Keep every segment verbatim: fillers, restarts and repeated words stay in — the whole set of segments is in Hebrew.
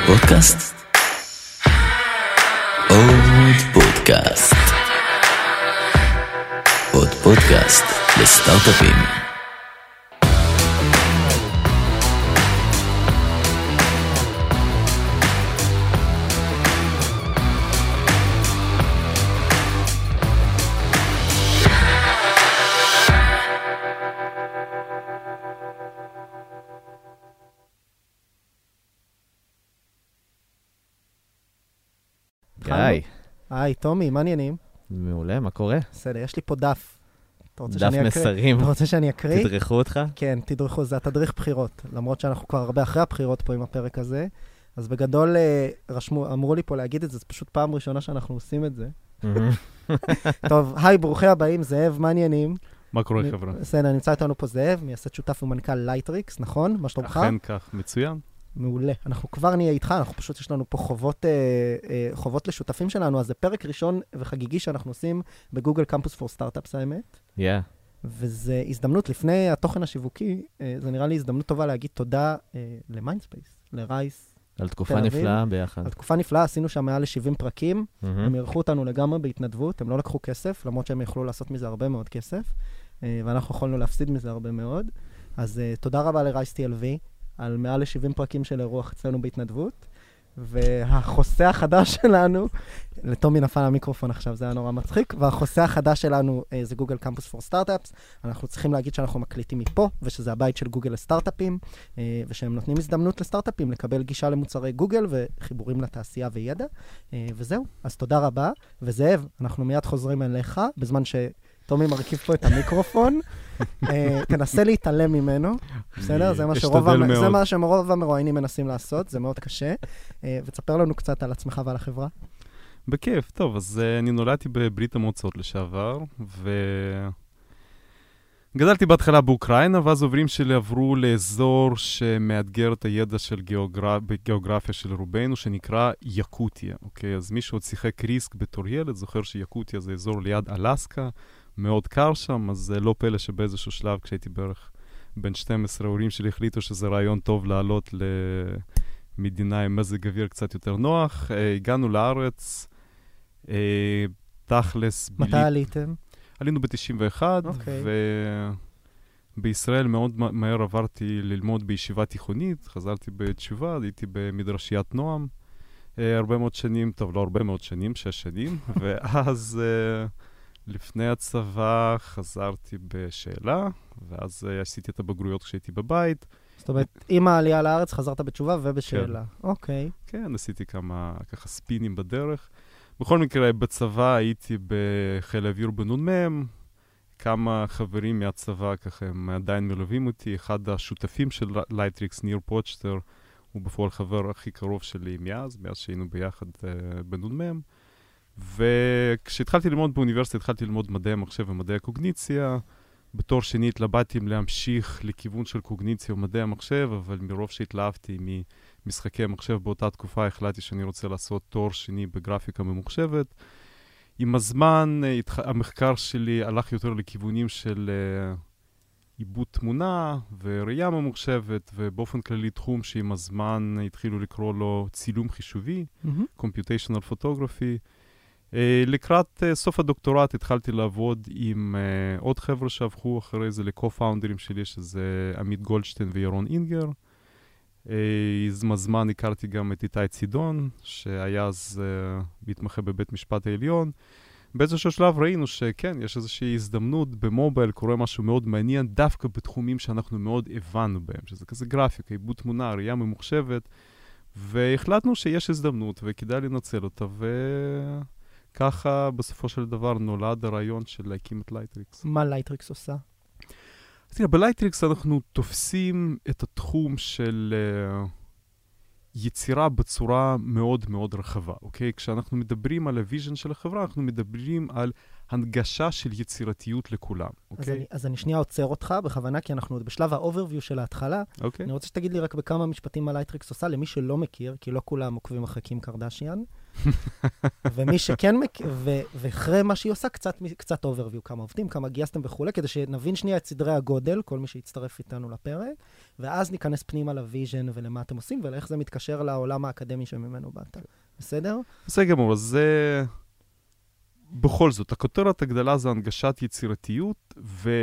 פודקאסט? עוד פודקאסט. עוד פודקאסט לסטארט-אפים. היי. היי, תומי, מה עניינים? מעולה, מה קורה? בסדר, יש לי פה דף. דף מסרים. אתה רוצה שאני אקריא? תדרכו אותך? כן, תדרכו, זה התדריך בחירות. למרות שאנחנו כבר הרבה אחרי הבחירות פה עם הפרק הזה. אז בגדול, רשמו, אמרו לי פה להגיד את זה, זה פשוט פעם ראשונה שאנחנו עושים את זה. טוב, היי, ברוכים הבאים, זאב, מה עניינים? מה קורה, חבר'ה? בסדר, נמצא איתנו פה זאב, מייסד שותף ומנכ"ל לייטריקס, נכון? מה שלומך? אכן כך, מצוין. מעולה. אנחנו כבר נהיה איתך, אנחנו פשוט, יש לנו פה חובות, אה, אה, חובות לשותפים שלנו, אז זה פרק ראשון וחגיגי שאנחנו עושים בגוגל קמפוס פור סטארט-אפס, האמת. כן. Yeah. וזה הזדמנות, לפני התוכן השיווקי, אה, זה נראה לי הזדמנות טובה להגיד תודה אה, למיינדספייס, לרייס. על תקופה נפלאה ביחד. על תקופה נפלאה, עשינו שם מעל ל-שבעים פרקים, Mm-hmm. הם ערכו אותנו לגמרי בהתנדבות, הם לא לקחו כסף, למרות שהם יכלו לעשות מזה הרבה מאוד כסף, אה, ואנחנו יכולנו להפסיד מזה הרבה מאוד. אז אה, תודה רבה לרייס טי אל וי, על מעל ל-שבעים פרקים של אירוח אצלנו בהתנדבות, והחוסה החדש שלנו, לתומי נפל המיקרופון עכשיו, זה היה נורא מצחיק, והחוסה החדש שלנו אה, זה גוגל קמפוס פור סטארט-אפס, אנחנו צריכים להגיד שאנחנו מקליטים מפה, ושזה הבית של גוגל לסטארט-אפים, אה, ושהם נותנים הזדמנות לסטארט-אפים, לקבל גישה למוצרי גוגל, וחיבורים לתעשייה וידע, אה, וזהו, אז תודה רבה, וזאב, אנחנו מיד חוזרים אליך, בזמן ש... תומי מרכיב פה את המיקרופון, תנסה להתעלם ממנו, בסדר? זה מה שרוב המרואיינים מנסים לעשות, זה מאוד קשה, ותספר לנו קצת על עצמך ועל החברה. בכיף, טוב, אז אני נולדתי בברית המועצות לשעבר, וגדלתי בהתחלה באוקראינה, ואז עוברים שלי עברו לאזור שמאתגר את הידע של גיאוגרפיה של רובנו, שנקרא יקותיה, אוקיי? אז מי שעוד שיחק ריסק בתור ילד, זוכר שיקותיה זה אזור ליד אלסקה, מאוד קר שם, אז זה לא פלא שבאיזשהו שלב, כשהייתי בערך בן שתים עשרה, ההורים שלי החליטו שזה רעיון טוב לעלות למדינה עם מזג אוויר קצת יותר נוח. הגענו לארץ, תכלס... מתי עליתם? עלינו ב-תשעים ואחת, ובישראל מאוד מהר עברתי ללמוד בישיבה תיכונית, חזרתי בתשובה, הייתי במדרשיית נועם, הרבה מאוד שנים, טוב, לא הרבה מאוד שנים, שש שנים, ואז... לפני הצבא חזרתי בשאלה, ואז עשיתי את הבגרויות כשהייתי בבית. זאת אומרת, עם העלייה לארץ חזרת בתשובה ובשאלה. אוקיי. כן, עשיתי כמה ככה ספינים בדרך. בכל מקרה, בצבא הייתי בחיל האוויר בנ"מ, כמה חברים מהצבא ככה הם עדיין מלווים אותי. אחד השותפים של לייטריקס, ניר פוצ'טר, הוא בפועל חבר הכי קרוב שלי מאז, מאז שהיינו ביחד בנ"מ. וכשהתחלתי ללמוד באוניברסיטה, התחלתי ללמוד מדעי המחשב ומדעי הקוגניציה. בתור שני התלבטתי אם להמשיך לכיוון של קוגניציה ומדעי המחשב, אבל מרוב שהתלהבתי ממשחקי המחשב באותה תקופה, החלטתי שאני רוצה לעשות תואר שני בגרפיקה ממוחשבת. עם הזמן, המחקר שלי הלך יותר לכיוונים של עיבוד תמונה וראייה ממוחשבת, ובאופן כללי תחום שעם הזמן התחילו לקרוא לו צילום חישובי, mm-hmm. Computational Photography. Uh, לקראת uh, סוף הדוקטורט התחלתי לעבוד עם uh, עוד חבר'ה שהפכו אחרי זה לקו-פאונדרים שלי, שזה עמית גולדשטיין וירון אינגר. Uh, עם הזמן הכרתי גם את איתי צידון, שהיה אז uh, מתמחה בבית משפט העליון. באיזשהו שלב ראינו שכן, יש איזושהי הזדמנות במובייל, קורה משהו מאוד מעניין, דווקא בתחומים שאנחנו מאוד הבנו בהם, שזה כזה גרפיקה, עיבוד תמונה, ראייה ממוחשבת, והחלטנו שיש הזדמנות וכדאי לנצל אותה, ו... ככה בסופו של דבר נולד הרעיון של להקים את לייטריקס. מה לייטריקס עושה? אז תראה, בלייטריקס אנחנו תופסים את התחום של uh, יצירה בצורה מאוד מאוד רחבה, אוקיי? כשאנחנו מדברים על הוויז'ן של החברה, אנחנו מדברים על הנגשה של יצירתיות לכולם, אוקיי? אז אני, אז אני שנייה עוצר אותך בכוונה, כי אנחנו עוד בשלב האוברוויו של ההתחלה. אוקיי. אני רוצה שתגיד לי רק בכמה משפטים מה לייטריקס עושה, למי שלא מכיר, כי לא כולם עוקבים אחרי קים קרדשיאן. ומי שכן מכיר, ואחרי מה שהיא עושה, קצת, קצת אוברוויו, כמה עובדים, כמה גייסתם וכו', כדי שנבין שנייה את סדרי הגודל, כל מי שיצטרף איתנו לפרק, ואז ניכנס פנימה לוויז'ן ולמה אתם עושים, ולאיך זה מתקשר לעולם האקדמי שממנו באת. בסדר? בסדר גמור, אז זה... בכל זאת, הכותרת הגדולה זה הנגשת יצירתיות,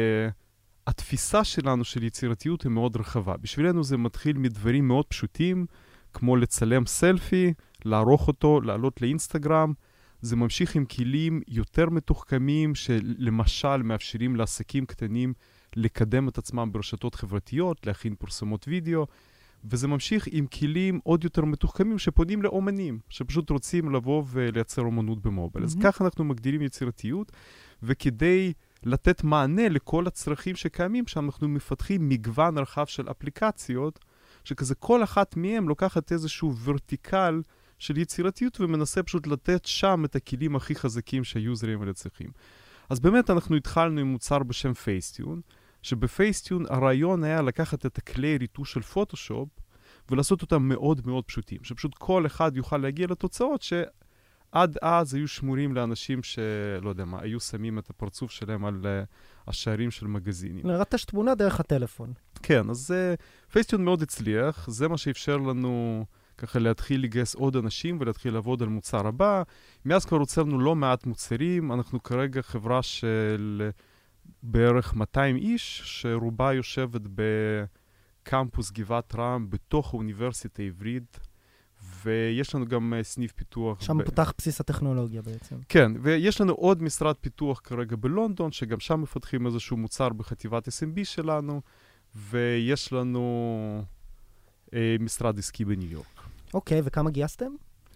והתפיסה שלנו של יצירתיות היא מאוד רחבה. בשבילנו זה מתחיל מדברים מאוד פשוטים, כמו לצלם סלפי, לערוך אותו, לעלות לאינסטגרם. זה ממשיך עם כלים יותר מתוחכמים, שלמשל מאפשרים לעסקים קטנים לקדם את עצמם ברשתות חברתיות, להכין פרסומות וידאו, וזה ממשיך עם כלים עוד יותר מתוחכמים שפונים לאומנים, שפשוט רוצים לבוא ולייצר אומנות במובייל. Mm-hmm. אז ככה אנחנו מגדירים יצירתיות, וכדי לתת מענה לכל הצרכים שקיימים, שאנחנו מפתחים מגוון רחב של אפליקציות, שכזה כל אחת מהם לוקחת איזשהו ורטיקל של יצירתיות, ומנסה פשוט לתת שם את הכלים הכי חזקים שהיוזרים האלה צריכים. אז באמת אנחנו התחלנו עם מוצר בשם פייסטיון, שבפייסטיון הרעיון היה לקחת את הכלי ריטוש של פוטושופ, ולעשות אותם מאוד מאוד פשוטים, שפשוט כל אחד יוכל להגיע לתוצאות שעד אז היו שמורים לאנשים שלא יודע מה, היו שמים את הפרצוף שלהם על uh, השערים של מגזינים. לרטש תמונה דרך הטלפון. כן, אז uh, פייסטיון מאוד הצליח, זה מה שאפשר לנו ככה להתחיל לגייס עוד אנשים ולהתחיל לעבוד על מוצר הבא. מאז כבר הוצרנו לא מעט מוצרים, אנחנו כרגע חברה של בערך מאתיים איש, שרובה יושבת בקמפוס גבעת רם, בתוך האוניברסיטה העברית, ויש לנו גם סניף פיתוח. שם ב... פותח בסיס הטכנולוגיה בעצם. כן, ויש לנו עוד משרד פיתוח כרגע בלונדון, שגם שם מפתחים איזשהו מוצר בחטיבת אס אם בי שלנו, ויש לנו אה, משרד עסקי בניו יורק. אוקיי, וכמה גייסתם?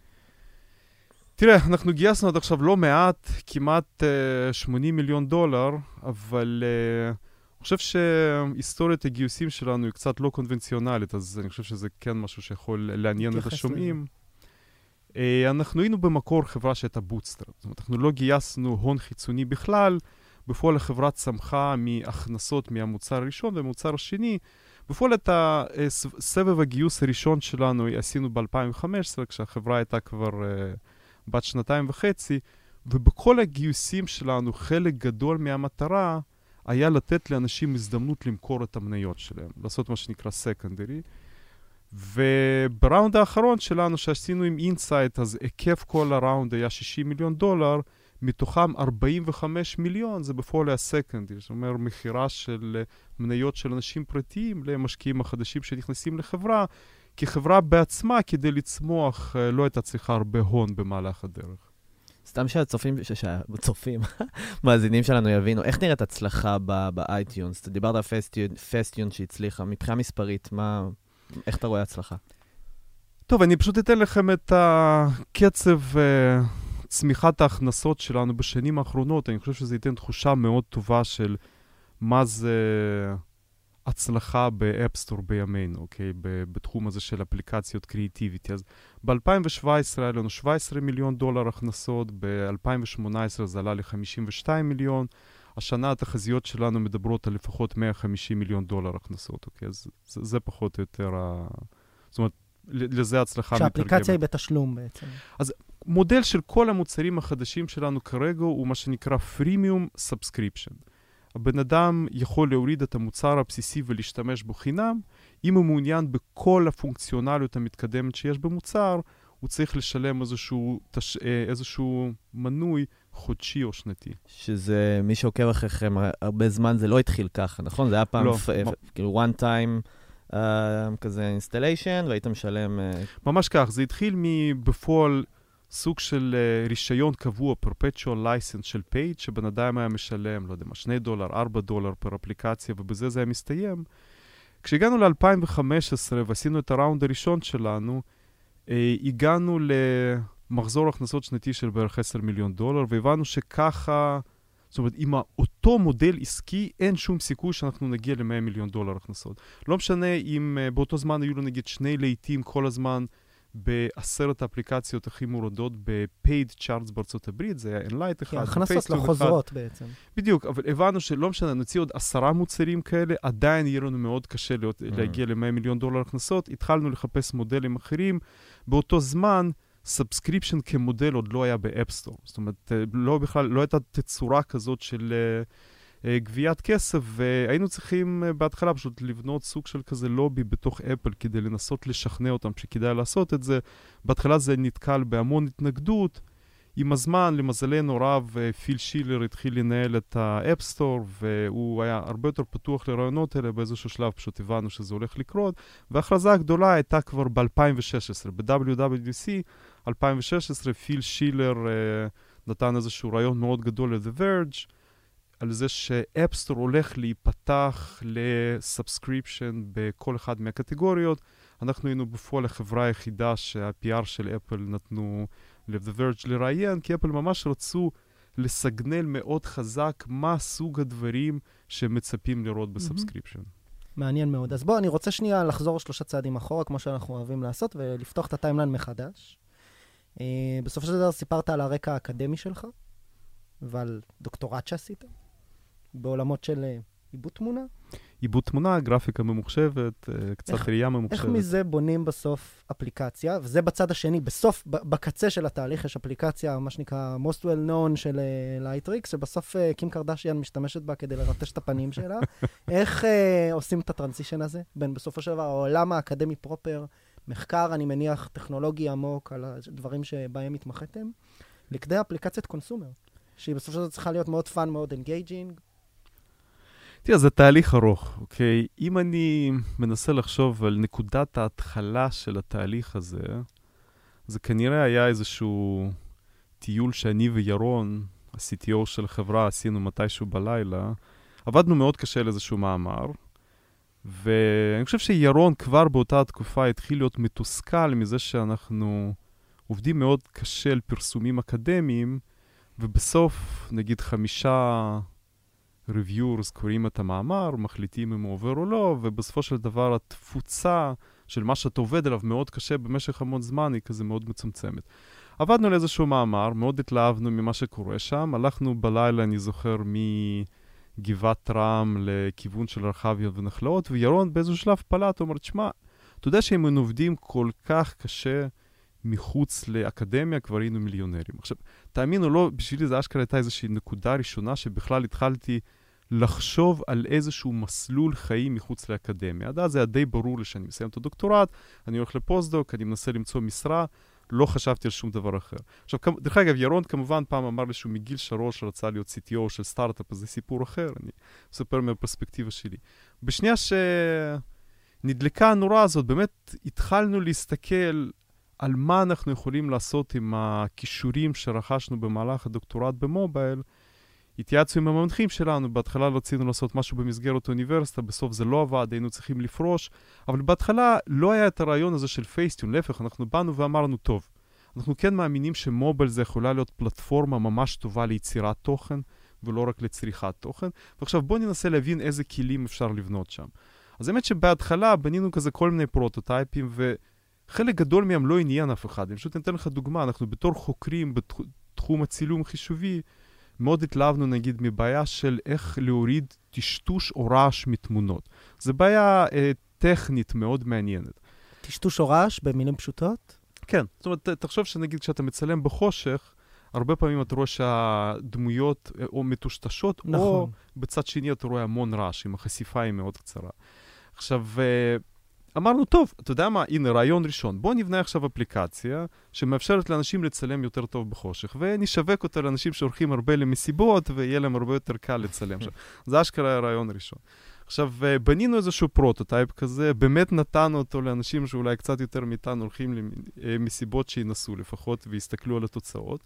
תראה, אנחנו גייסנו עד עכשיו לא מעט, כמעט uh, שמונים מיליון דולר, אבל uh, אני חושב שהיסטוריית הגיוסים שלנו היא קצת לא קונבנציונלית, אז אני חושב שזה כן משהו שיכול לעניין את השומעים. Uh, אנחנו היינו במקור חברה שהייתה בוטסטראפ, זאת אומרת, אנחנו לא גייסנו הון חיצוני בכלל, בפועל החברה צמחה מהכנסות מהמוצר הראשון והמוצר השני. בפועל את הסבב הגיוס הראשון שלנו עשינו ב-אלפיים וחמש עשרה, כשהחברה הייתה כבר uh, בת שנתיים וחצי, ובכל הגיוסים שלנו חלק גדול מהמטרה היה לתת לאנשים הזדמנות למכור את המניות שלהם, לעשות מה שנקרא סקנדרי. ובראונד האחרון שלנו שעשינו עם אינסייט, אז היקף כל הראונד היה שישים מיליון דולר, מתוכם ארבעים וחמישה מיליון, זה בפועל היה סקנדרי, זאת אומרת, מחירה של מניות של אנשים פרטיים למשקיעים החדשים שנכנסים לחברה, כי חברה בעצמה, כדי לצמוח, לא הייתה צריכה הרבה הון במהלך הדרך. סתם שהצופים, שהצופים, מאזינים שלנו יבינו, איך נראית הצלחה באייטיונס? אתה דיברת על פייסטיון שהצליחה, מבחינה מספרית, מה, איך אתה רואה הצלחה? טוב, אני פשוט אתן לכם את הקצב צמיחת ההכנסות שלנו בשנים האחרונות. אני חושב שזה ייתן תחושה מאוד טובה של מה זה הצלחה באפסטור בימינו, אוקיי? בתחום הזה של אפליקציות קריאטיביטי. אז ב-אלפיים שבע עשרה היה לנו שבעה עשר מיליון דולר הכנסות, ב-אלפיים שמונה עשרה זה עלה ל-חמישים ושניים מיליון. השנה התחזיות שלנו מדברות על לפחות מאה וחמישים מיליון דולר הכנסות, אוקיי? אז זה, זה פחות או יותר ה... זאת אומרת, לזה הצלחה מתרגמת. שהאפליקציה היא בתשלום בעצם. אז מודל של כל המוצרים החדשים שלנו כרגע הוא מה שנקרא Freemium Subscription. הבן אדם יכול להוריד את המוצר הבסיסי ולהשתמש בו חינם. אם הוא מעוניין בכל הפונקציונליות המתקדמת שיש במוצר, הוא צריך לשלם איזשהו, תש... איזשהו מנוי חודשי או שנתי. שזה, מי שעוקב אחריכם הרבה זמן, זה לא התחיל ככה, נכון? זה היה פעם, לא. פ... כאילו one time uh, כזה installation, והיית משלם... Uh... ממש כך, זה התחיל מבפועל סוג של uh, רישיון קבוע, perpetual license של page, שבן אדם היה משלם, לא יודע מה, שני דולר, ארבע דולר פר אפליקציה, ובזה זה היה מסתיים. כשהגענו ל-אלפיים וחמש עשרה ועשינו את הראונד הראשון שלנו, uh, הגענו למחזור הכנסות שנתי של בערך עשרה מיליון דולר, והבנו שככה, זאת אומרת, עם אותו מודל עסקי, אין שום סיכוי שאנחנו נגיע ל-מאה מיליון דולר הכנסות. לא משנה אם uh, באותו זמן היו לו נגיד שני לעיתים כל הזמן, בעשרת האפליקציות הכי מורדות ב-paid charts בארצות הברית, זה היה Enlight אחד. הכנסות לא חוזרות בעצם. בדיוק, אבל הבנו שלא משנה, נוציא עוד עשרה מוצרים כאלה, עדיין יהיה לנו מאוד קשה להגיע ל-מאה מיליון דולר הכנסות. התחלנו לחפש מודלים אחרים. באותו זמן, subscription כמודל עוד לא היה באפסטור. זאת אומרת, לא בכלל, לא הייתה תצורה כזאת של גביית כסף, והיינו צריכים בהתחלה פשוט לבנות סוג של כזה לובי בתוך אפל כדי לנסות לשכנע אותם שכדאי לעשות את זה. בהתחלה זה נתקל בהמון התנגדות. עם הזמן, למזלנו רב, פיל שילר התחיל לנהל את האפסטור, והוא היה הרבה יותר פתוח לרעיונות האלה, באיזשהו שלב פשוט הבנו שזה הולך לקרות, וההכרזה הגדולה הייתה כבר ב-אלפיים ושש עשרה. ב-דאבליו דאבליו די סי אלפיים ושש עשרה, פיל שילר אה, נתן איזשהו רעיון מאוד גדול ל-The Verge, על זה שאפסטור הולך להיפתח לסאבסקריפשן בכל אחד מהקטגוריות. אנחנו היינו בפועל החברה היחידה שה-פי אר של אפל נתנו ל-The Verge לראיין, כי אפל ממש רצו לסגנל מאוד חזק מה סוג הדברים שמצפים לראות בסאבסקריפשן. מעניין מאוד. אז בוא, אני רוצה שנייה לחזור שלושה צעדים אחורה, כמו שאנחנו אוהבים לעשות, ולפתוח את הטיימליין מחדש. בסופו של דבר סיפרת על הרקע האקדמי שלך, ועל דוקטורט שעשית, בעולמות של עיבוד תמונה. עיבוד תמונה, גרפיקה ממוחשבת, קצת ראייה ממוחשבת. איך מזה בונים בסוף אפליקציה? וזה בצד השני, בסוף, בקצה של התהליך יש אפליקציה, מה שנקרא most well known של לייטריקס, שבסוף קים קרדשיאן משתמשת בה כדי לרטש את הפנים שלה. איך עושים את הטרנסישן הזה? בין בסופו של דבר, העולם האקדמי פרופר, מחקר, אני מניח, טכנולוגי עמוק על הדברים שבהם התמחיתם, לכדי אפליקציית קונסומר, שהיא בסופו של דבר צריכה להיות מאוד פאן, מאוד אנגייג'ינג. תראה, זה תהליך ארוך, אוקיי? אם אני מנסה לחשוב על נקודת ההתחלה של התהליך הזה, זה כנראה היה איזשהו טיול שאני וירון, ה-סי טי או של החברה, עשינו מתישהו בלילה. עבדנו מאוד קשה על איזשהו מאמר, ואני חושב שירון כבר באותה התקופה התחיל להיות מתוסכל מזה שאנחנו עובדים מאוד קשה על פרסומים אקדמיים, ובסוף, נגיד חמישה reviewers קוראים את המאמר, מחליטים אם הוא עובר או לא, ובסופו של דבר התפוצה של מה שאתה עובד עליו מאוד קשה במשך המון זמן, היא כזה מאוד מצומצמת. עבדנו על איזשהו מאמר, מאוד התלהבנו ממה שקורה שם, הלכנו בלילה, אני זוכר, מגבעת רם לכיוון של רחביה ונחלאות, וירון באיזשהו שלב פלט, הוא אומר, תשמע, אתה יודע שאם הם עובדים כל כך קשה מחוץ לאקדמיה, כבר היינו מיליונרים. עכשיו, תאמינו, לא, בשבילי זה אשכרה הייתה איזושהי נקודה ראשונה שבכלל התחלתי לחשוב על איזשהו מסלול חיים מחוץ לאקדמיה. עד אז זה היה די ברור לי שאני מסיים את הדוקטורט, אני הולך לפוסט-דוק, אני מנסה למצוא משרה, לא חשבתי על שום דבר אחר. עכשיו, דרך אגב, ירון כמובן פעם אמר לי שהוא מגיל שלוש רצה להיות סי טי או של סטארט-אפ, אז זה סיפור אחר, אני מספר מהפרספקטיבה שלי. בשנייה שנדלקה הנורה הזאת, באמת התחלנו להסתכל על מה אנחנו יכולים לעשות עם הכישורים שרכשנו במהלך הדוקטורט במובייל. התייעצנו עם המנחים שלנו, בהתחלה רצינו לעשות משהו במסגרת האוניברסיטה, בסוף זה לא עבד, היינו צריכים לפרוש, אבל בהתחלה לא היה את הרעיון הזה של פייסטיון, להפך, אנחנו באנו ואמרנו, טוב, אנחנו כן מאמינים שמובייל זה יכולה להיות פלטפורמה ממש טובה ליצירת תוכן, ולא רק לצריכת תוכן, ועכשיו בואו ננסה להבין איזה כלים אפשר לבנות שם. אז האמת שבהתחלה בנינו כזה כל מיני פרוטוטייפים, ו חלק גדול מהם לא עניין אף אחד. אני פשוט אתן לך דוגמה, אנחנו בתור חוקרים בתחום הצילום חישובי, מאוד התלהבנו נגיד מבעיה של איך להוריד טשטוש או רעש מתמונות. זו בעיה אה, טכנית מאוד מעניינת. טשטוש או רעש במילים פשוטות? כן, זאת אומרת, תחשוב שנגיד כשאתה מצלם בחושך, הרבה פעמים אתה רואה שהדמויות או מטושטשות, נכון. או בצד שני אתה רואה המון רעש, עם החשיפה היא מאוד קצרה. עכשיו, אה, אמרנו, טוב, אתה יודע מה, הנה, רעיון ראשון. בוא נבנה עכשיו אפליקציה שמאפשרת לאנשים לצלם יותר טוב בחושך, ונשווק אותה לאנשים שהולכים הרבה למסיבות, ויהיה להם הרבה יותר קל לצלם שם. זה אשכרה הרעיון הראשון. עכשיו, בנינו איזשהו פרוטוטייפ כזה, באמת נתנו אותו לאנשים שאולי קצת יותר מאיתנו הולכים למסיבות שינסו לפחות, ויסתכלו על התוצאות.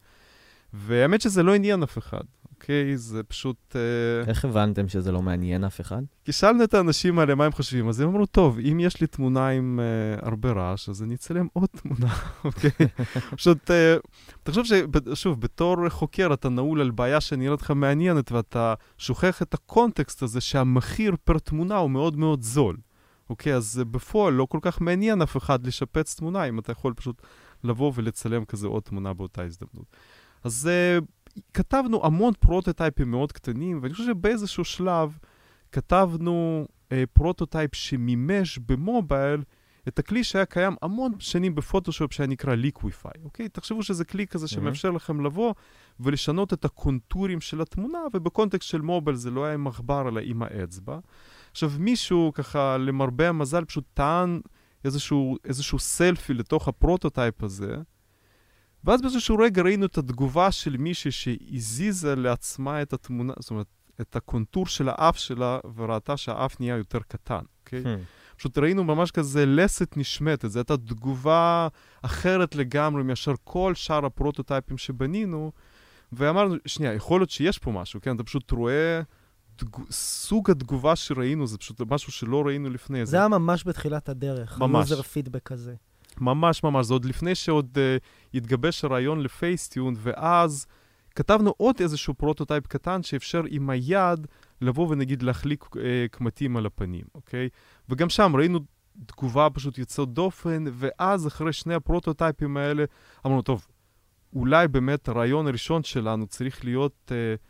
והאמת שזה לא עניין אף אחד, אוקיי? זה פשוט... איך הבנתם שזה לא מעניין אף אחד? כי שאלנו את האנשים האלה מה הם חושבים, אז הם אמרו, טוב, אם יש לי תמונה עם uh, הרבה רעש, אז אני אצלם עוד תמונה, אוקיי? פשוט, uh, תחשוב ששוב, בתור חוקר אתה נעול על בעיה שנראית לך מעניינת, ואתה שוכח את הקונטקסט הזה שהמחיר פר תמונה הוא מאוד מאוד זול. אוקיי, אז בפועל לא כל כך מעניין אף אחד לשפץ תמונה, אם אתה יכול פשוט לבוא ולצלם כזה עוד תמונה באותה הזדמנות. אז uh, כתבנו המון פרוטוטייפים מאוד קטנים, ואני חושב שבאיזשהו שלב כתבנו uh, פרוטוטייפ שמימש במובייל את הכלי שהיה קיים המון שנים בפוטושופ שהיה נקרא ליקוויפיי, אוקיי? תחשבו שזה כלי כזה שמאפשר לכם לבוא ולשנות את הקונטורים של התמונה, ובקונטקסט של מוביל זה לא היה עם מחבר אלא עם האצבע. עכשיו מישהו ככה למרבה המזל פשוט טען איזשהו, איזשהו סלפי לתוך הפרוטוטייפ הזה, ואז באיזשהו רגע ראינו את התגובה של מישהי שהזיזה לעצמה את התמונה, זאת אומרת, את הקונטור של האף שלה, וראתה שהאף נהיה יותר קטן, אוקיי? Hmm. פשוט ראינו ממש כזה לסת נשמטת, זו הייתה תגובה אחרת לגמרי מאשר כל שאר הפרוטוטייפים שבנינו, ואמרנו, שנייה, יכול להיות שיש פה משהו, כן? אתה פשוט רואה, דג... סוג התגובה שראינו, זה פשוט משהו שלא ראינו לפני זה. זה היה ממש בתחילת הדרך, ממש. יוזר פידבק הזה. ממש ממש, זה עוד לפני שעוד uh, התגבש הרעיון לפייסטיון, ואז כתבנו עוד איזשהו פרוטוטייפ קטן שאפשר עם היד לבוא ונגיד להחליק uh, קמטים על הפנים, אוקיי? וגם שם ראינו תגובה פשוט יוצאת דופן, ואז אחרי שני הפרוטוטייפים האלה, אמרנו, טוב, אולי באמת הרעיון הראשון שלנו צריך להיות uh,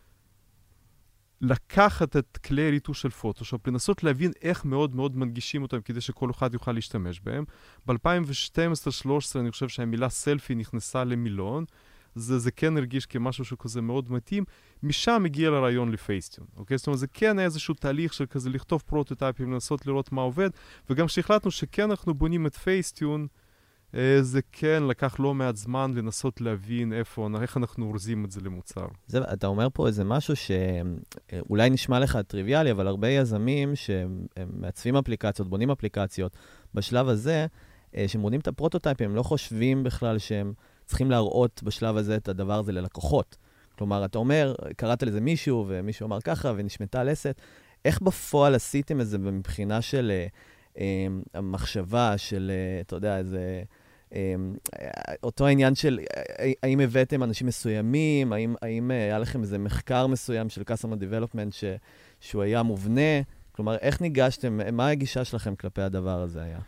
לקחת את כלי ריטוש של פוטושופ, לנסות להבין איך מאוד מאוד מנגישים אותם כדי שכל אחד יוכל להשתמש בהם. ב-אלפיים ושתים עשרה שלוש עשרה אני חושב שהמילה סלפי נכנסה למילון, זה, זה כן הרגיש כמשהו שכזה מאוד מתאים, משם הגיע לרעיון לפייסטיון, אוקיי? זאת אומרת, זה כן היה איזשהו תהליך של כזה לכתוב פרוטוטייפים, לנסות לראות מה עובד, וגם כשהחלטנו שכן אנחנו בונים את פייסטיון, זה כן לקח לא מעט זמן לנסות להבין איפה, איך אנחנו אורזים את זה למוצר. זה, אתה אומר פה איזה משהו שאולי נשמע לך טריוויאלי, אבל הרבה יזמים שהם מעצבים אפליקציות, בונים אפליקציות, בשלב הזה, שהם בונים את הפרוטוטייפים, הם לא חושבים בכלל שהם צריכים להראות בשלב הזה את הדבר הזה ללקוחות. כלומר, אתה אומר, קראת לזה מישהו, ומישהו אמר ככה, ונשמטה לסת. איך בפועל עשיתם את זה מבחינה של המחשבה של, אתה יודע, איזה... אותו העניין של האם הבאתם אנשים מסוימים, האם, האם היה לכם איזה מחקר מסוים של Customer Development ש, שהוא היה מובנה? כלומר, איך ניגשתם, מה הגישה שלכם כלפי הדבר הזה היה?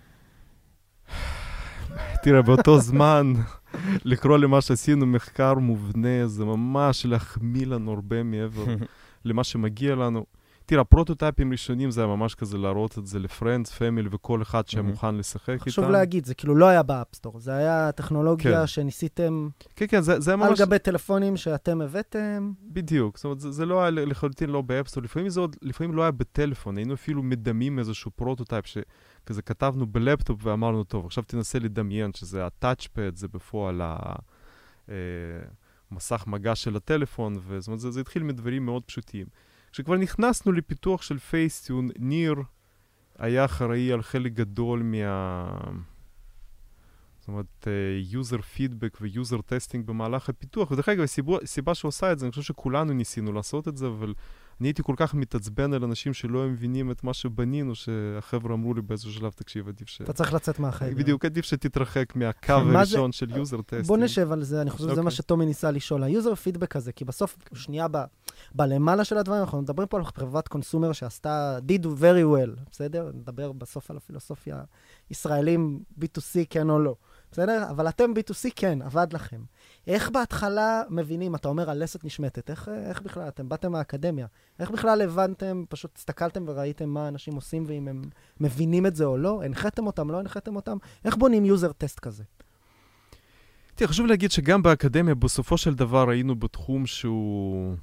תראה, באותו זמן, לקרוא למה שעשינו מחקר מובנה, זה ממש להחמיא לנו הרבה מעבר למה שמגיע לנו. תראה, הפרוטוטייפים ראשונים זה היה ממש כזה להראות את זה לפרנדס, פמילי וכל אחד שמוכן לשחק איתם. חשוב להגיד, זה כאילו לא היה באפסטור, זה היה טכנולוגיה שניסיתם כן, כן, זה ממש... על גבי טלפונים שאתם הבאתם. בדיוק, זאת אומרת, זה לא היה לחלוטין לא באפסטור, לפעמים לא היה בטלפון, היינו אפילו מדמים איזשהו פרוטוטייפ שכזה כתבנו בלפטופ ואמרנו, טוב, עכשיו תנסה לדמיין שזה הטאצ'פד, זה בפועל המסך מגע של הטלפון, זאת אומרת, זה התחיל מדברים מאוד פשוטים. כשכבר נכנסנו לפיתוח של פייסטיון, ניר היה אחראי על חלק גדול מה... זאת אומרת, user feedback ו-user testing במהלך הפיתוח. ודרך אגב, הסיבה שהוא עושה את זה, אני חושב שכולנו ניסינו לעשות את זה, אבל אני הייתי כל כך מתעצבן על אנשים שלא מבינים את מה שבנינו, שהחבר'ה אמרו לי באיזשהו שלב, תקשיב, עדיף ש... אתה צריך לצאת מהחדר. בדיוק, עדיף שתתרחק מהקו הראשון של user testing. בוא נשב על זה, אני חושב שזה מה שטומי ניסה לשאול. ה-user feedback הזה, כי בסוף, שנייה בלמעלה של הדברים, אנחנו מדברים פה על חברת קונסומר שעשתה, did very well, בסדר? נדבר בסוף על הפילוסופיה, ישראלים בי טו סי כן או לא. בסדר? אבל אתם בי טו סי כן, עבד לכם. איך בהתחלה מבינים, אתה אומר, הלסת נשמטת, איך, איך בכלל, אתם באתם מהאקדמיה, איך בכלל הבנתם, פשוט הסתכלתם וראיתם מה אנשים עושים, ואם הם מבינים את זה או לא, הנחתם אותם, לא הנחתם אותם, איך בונים יוזר טסט כזה? תראה, חשוב להגיד שגם באקדמיה, בסופו של דבר, היינו בתחום שהוא...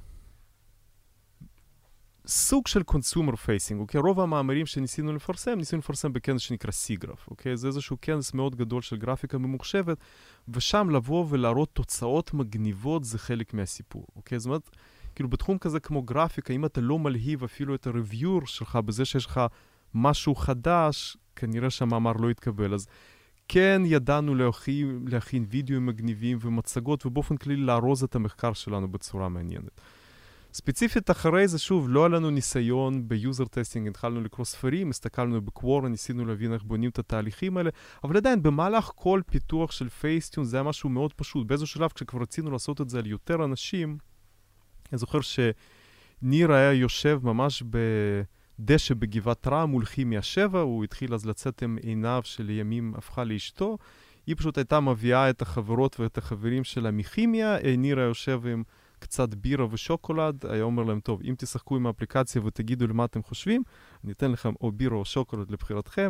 סוג של קונסומר פייסינג, אוקיי? רוב המאמרים שניסינו לפרסם, ניסינו לפרסם בכנס שנקרא סיגרף, אוקיי? זה איזשהו כנס מאוד גדול של גרפיקה ממוחשבת, ושם לבוא ולהראות תוצאות מגניבות זה חלק מהסיפור, אוקיי? זאת אומרת, כאילו בתחום כזה כמו גרפיקה, אם אתה לא מלהיב אפילו את הריוויור שלך, בזה שיש לך משהו חדש, כנראה שהמאמר לא יתקבל. אז כן ידענו להכין, להכין וידאוים מגניבים ומצגות, ובאופן כללי לארוז את המחקר שלנו בצורה מעניינת. ספציפית אחרי זה, שוב, לא היה לנו ניסיון ביוזר טסטינג, התחלנו לקרוא ספרים, הסתכלנו בקוורה, ניסינו להבין איך בונים את התהליכים האלה, אבל עדיין, במהלך כל פיתוח של פייסטיון, זה היה משהו מאוד פשוט. באיזו שלב, כשכבר רצינו לעשות את זה על יותר אנשים, אני זוכר שניר היה יושב ממש בדשא בגבעת רם מול כימיה שבע, הוא התחיל אז לצאת עם עיניו שלימים הפכה לאשתו, היא פשוט הייתה מביאה את החברות ואת החברים שלה מכימיה, ניר היה יושב עם קצת בירה ושוקולד, היה אומר להם, טוב, אם תשחקו עם האפליקציה ותגידו למה אתם חושבים, אני אתן לכם או בירה או שוקולד לבחירתכם.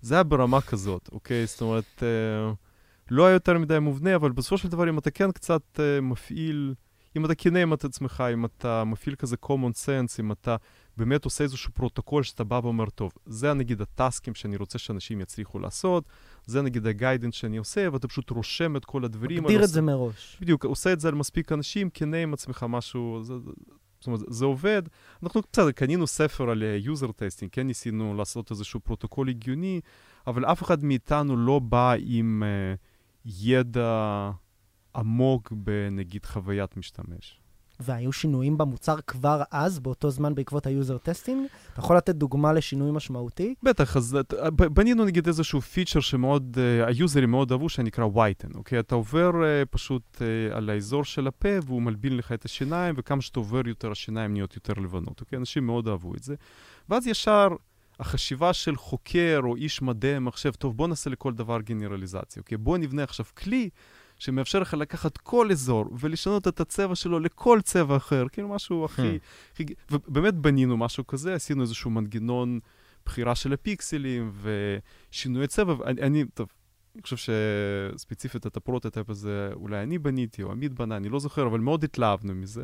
זה היה ברמה כזאת, אוקיי? זאת אומרת, לא היה יותר מדי מובנה, אבל בסופו של דבר, אם אתה כן קצת מפעיל, אם אתה כנה עם את עצמך, אם אתה מפעיל כזה common sense, אם אתה באמת עושה איזשהו פרוטוקול שאתה בא ואומר, טוב, זה נגיד הטסקים שאני רוצה שאנשים יצליחו לעשות, זה נגיד הגיידנס שאני עושה, ואתה פשוט רושם את כל הדברים. מגדיר את זה מראש. בדיוק, עושה את זה על מספיק אנשים, כנה עם עצמך משהו, זה, זאת אומרת, זה עובד. אנחנו בסדר, קנינו ספר על user testing, כן ניסינו לעשות איזשהו פרוטוקול הגיוני, אבל אף אחד מאיתנו לא בא עם uh, ידע עמוק בנגיד חוויית משתמש. והיו שינויים במוצר כבר אז, באותו זמן בעקבות היוזר טסטינג? אתה יכול לתת דוגמה לשינוי משמעותי? בטח, אז בנינו נגיד איזשהו פיצ'ר שמאוד, היוזרים מאוד אהבו, שנקרא וייטן, אוקיי? אתה עובר פשוט על האזור של הפה, והוא מלבין לך את השיניים, וכמה שאתה עובר יותר, השיניים נהיות יותר לבנות, אוקיי? אנשים מאוד אהבו את זה. ואז ישר החשיבה של חוקר או איש מדעי מחשב, טוב, בוא נעשה לכל דבר גנרליזציה, אוקיי? בוא נבנה עכשיו כלי, שמאפשר לך לקחת כל אזור ולשנות את הצבע שלו לכל צבע אחר, כאילו משהו הכי... הכי ובאמת בנינו משהו כזה, עשינו איזשהו מנגנון בחירה של הפיקסלים ושינוי צבע, ואני, אני, טוב, אני חושב שספציפית את הפרוטוטייפ הזה אולי אני בניתי או עמית בנה, אני לא זוכר, אבל מאוד התלהבנו מזה.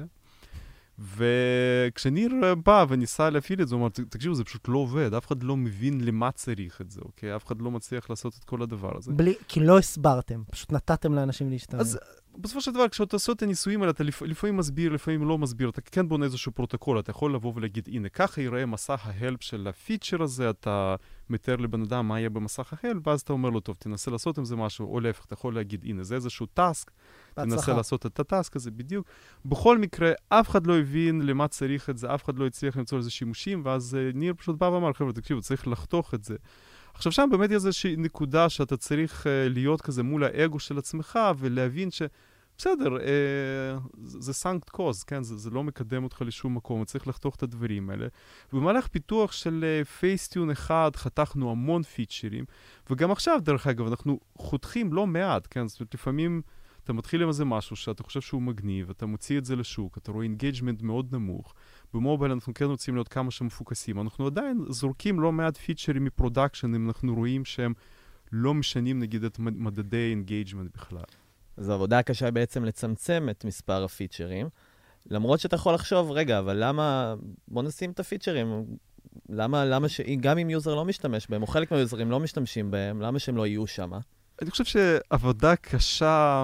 וכשניר בא וניסה להפעיל את זה, הוא אמר, תקשיבו, זה פשוט לא עובד, אף אחד לא מבין למה צריך את זה, אוקיי? אף אחד לא מצליח לעשות את כל הדבר הזה. בלי, כי לא הסברתם, פשוט נתתם לאנשים להשתמש. אז בסופו של דבר, כשאתה עושה את הניסויים האלה, אתה לפעמים מסביר, לפעמים לא מסביר, אתה כן בונה איזשהו פרוטוקול, אתה יכול לבוא ולהגיד, הנה, ככה יראה מסך ההלפ של הפיצ'ר הזה, אתה מתאר לבן אדם מה יהיה במסך ההלפ, ואז אתה אומר לו, טוב, תנסה לעשות עם זה משהו, או להפך, אתה יכול להגיד, הנה, זה איזשהו טאסק, תנסה לעשות את הטאסק הזה בדיוק. בכל מקרה, אף אחד לא הבין למה צריך את זה, אף אחד לא הצליח למצוא איזה שימושים, ואז ניר פשוט בא ואמר, חבר'ה, תקשיבו, צריך לחתוך את זה. עכשיו שם באמת יש איזושהי נקודה שאתה צריך uh, להיות כזה מול האגו של עצמך, ולהבין ש... בסדר, uh, זה סנקט קוז, כן? זה, זה לא מקדם אותך לשום מקום, צריך לחתוך את הדברים האלה. ובמהלך פיתוח של פייסטיון uh, אחד, חתכנו המון פיצ'רים, וגם עכשיו, דרך אגב, אנחנו חותכים לא מעט, כן? זאת אומרת, לפעמים אתה מתחיל עם איזה משהו שאתה חושב שהוא מגניב, אתה מוציא את זה לשוק, אתה רואה אינגייג'מנט מאוד נמוך. במובייל אנחנו כן רוצים להיות כמה שמפוקסים. אנחנו עדיין זורקים לא מעט פיצ'רים מפרודקשן, אם אנחנו רואים שהם לא משנים, נגיד, את מדדי אינגייג'מנט בכלל. אז העבודה הקשה היא בעצם לצמצם את מספר הפיצ'רים, למרות שאתה יכול לחשוב, רגע, אבל למה, בוא נשים את הפיצ'רים, למה, למה ש... גם אם יוזר לא משתמש בהם, או חלק מהיוזרים לא משתמשים בהם, למה שהם לא יהיו שם? אני חושב שעבודה קשה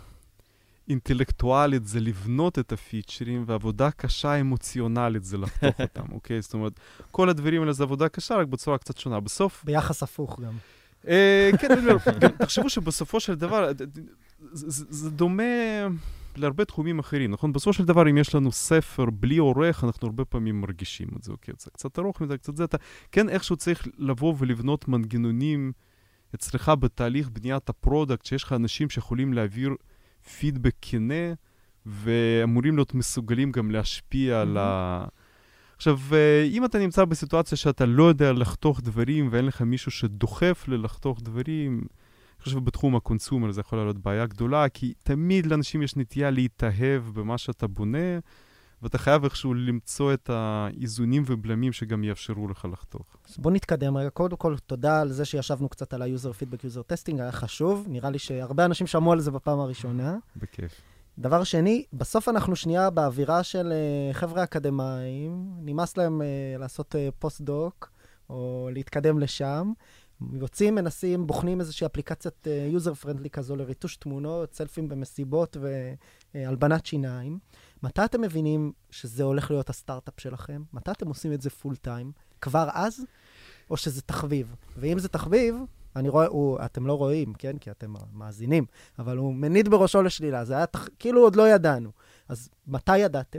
אינטלקטואלית זה לבנות את הפיצ'רים, ועבודה קשה אמוציונלית זה לחתוך אותם, אוקיי? זאת אומרת, כל הדברים האלה זה עבודה קשה, רק בצורה קצת שונה. בסוף... ביחס הפוך גם. כן, תחשבו שבסופו של דבר, זה דומה להרבה תחומים אחרים, נכון? בסופו של דבר, אם יש לנו ספר בלי עורך, אנחנו הרבה פעמים מרגישים את זה, אוקיי? זה קצת ארוך מדי, קצת זה, אתה כן איכשהו צריך לבוא ולבנות מנגנונים אצלך בתהליך בניית הפרודקט, שיש לך אנשים שיכולים להעביר פידבק כנה, ואמורים להיות מסוגלים גם להשפיע על ה... עכשיו, אם אתה נמצא בסיטואציה שאתה לא יודע לחתוך דברים, ואין לך מישהו שדוחף ללחתוך דברים, אני חושב שבתחום הקונסומר זה יכול להיות בעיה גדולה, כי תמיד לאנשים יש נטייה להתאהב במה שאתה בונה, ואתה חייב איכשהו למצוא את האיזונים ובלמים שגם יאפשרו לך לחתוך. אז בוא נתקדם רגע. קודם כל, תודה על זה שישבנו קצת על ה-user feedback, user testing, היה חשוב. נראה לי שהרבה אנשים שמעו על זה בפעם הראשונה. בכיף. דבר שני, בסוף אנחנו שנייה באווירה של uh, חבר'ה אקדמיים, נמאס להם uh, לעשות uh, פוסט-דוק, או להתקדם לשם. יוצאים, מנסים, בוחנים איזושהי אפליקציית uh, user-friendly כזו לריטוש תמונות, סלפים במסיבות והלבנת שיניים. מתי אתם מבינים שזה הולך להיות הסטארט-אפ שלכם? מתי אתם עושים את זה פול טיים? כבר אז? או שזה תחביב? ואם זה תחביב, אני רואה, הוא, אתם לא רואים, כן? כי אתם מאזינים, אבל הוא מניד בראשו לשלילה. זה היה, תח... כאילו עוד לא ידענו. אז מתי ידעתם?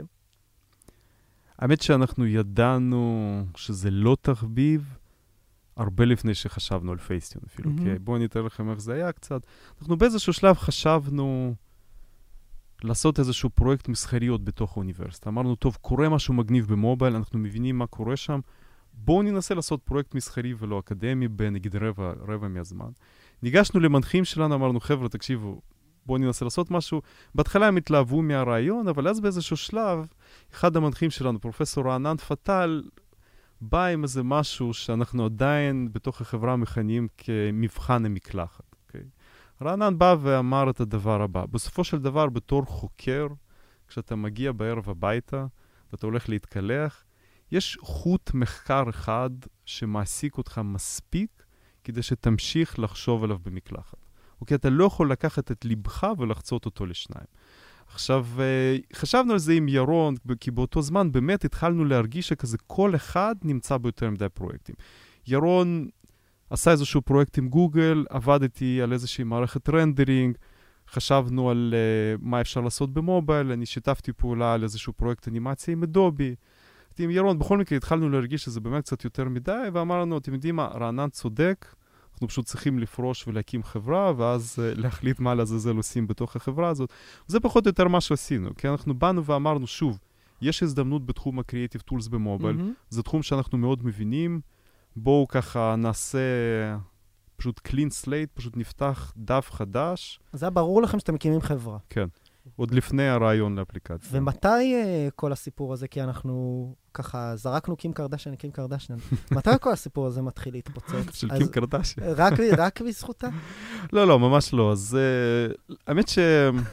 האמת שאנחנו ידענו שזה לא תחביב, הרבה לפני שחשבנו על פייסטיון אפילו. Mm-hmm. Okay? בואו נתאר לכם איך זה היה קצת. אנחנו באיזשהו שלב חשבנו לעשות איזשהו פרויקט מסחריות בתוך האוניברסיטה. אמרנו, טוב, קורה משהו מגניב במובייל, אנחנו מבינים מה קורה שם, בואו ננסה לעשות פרויקט מסחרי ולא אקדמי בנגיד רבע, רבע מהזמן. ניגשנו למנחים שלנו, אמרנו, חבר'ה, תקשיבו, בואו ננסה לעשות משהו. בהתחלה הם התלהבו מהרעיון, אבל אז באיזשהו שלב, אחד המנחים שלנו, פרופסור רענן פטל, בא עם איזה משהו שאנחנו עדיין בתוך החברה מכנים כמבחן המקלחת. Okay? רענן בא ואמר את הדבר הבא. בסופו של דבר, בתור חוקר, כשאתה מגיע בערב הביתה ואתה הולך להתקלח, יש חוט מחקר אחד שמעסיק אותך מספיק כדי שתמשיך לחשוב עליו במקלחת. אוקיי, אתה לא יכול לקחת את ליבך ולחצות אותו לשניים. עכשיו, חשבנו על זה עם ירון, כי באותו זמן באמת התחלנו להרגיש שכזה כל אחד נמצא ביותר מדי פרויקטים. ירון עשה איזשהו פרויקט עם גוגל, עבדתי על איזושהי מערכת רנדרינג, חשבנו על uh, מה אפשר לעשות במובייל, אני שיתפתי פעולה על איזשהו פרויקט אנימציה עם אדובי. עם ירון, בכל מקרה התחלנו להרגיש שזה באמת קצת יותר מדי, ואמרנו, אתם יודעים מה, רענן צודק, אנחנו פשוט צריכים לפרוש ולהקים חברה, ואז uh, להחליט מה לעזאזל עושים בתוך החברה הזאת. וזה פחות או יותר מה שעשינו, כי אנחנו באנו ואמרנו, שוב, יש הזדמנות בתחום ה-Creative Tools במובייל, mm-hmm. זה תחום שאנחנו מאוד מבינים, בואו ככה נעשה פשוט clean slate, פשוט נפתח דף חדש. אז זה ברור לכם שאתם מקימים חברה. כן, עוד לפני הרעיון לאפליקציה. ומתי uh, כל הסיפור הזה, כי אנחנו ככה זרקנו קים קרדשן, קים קרדשן, מתי כל הסיפור הזה מתחיל להתפוצץ? של קים קרדשן. רק, רק בזכותה? לא, לא, ממש לא. אז uh, האמת ש...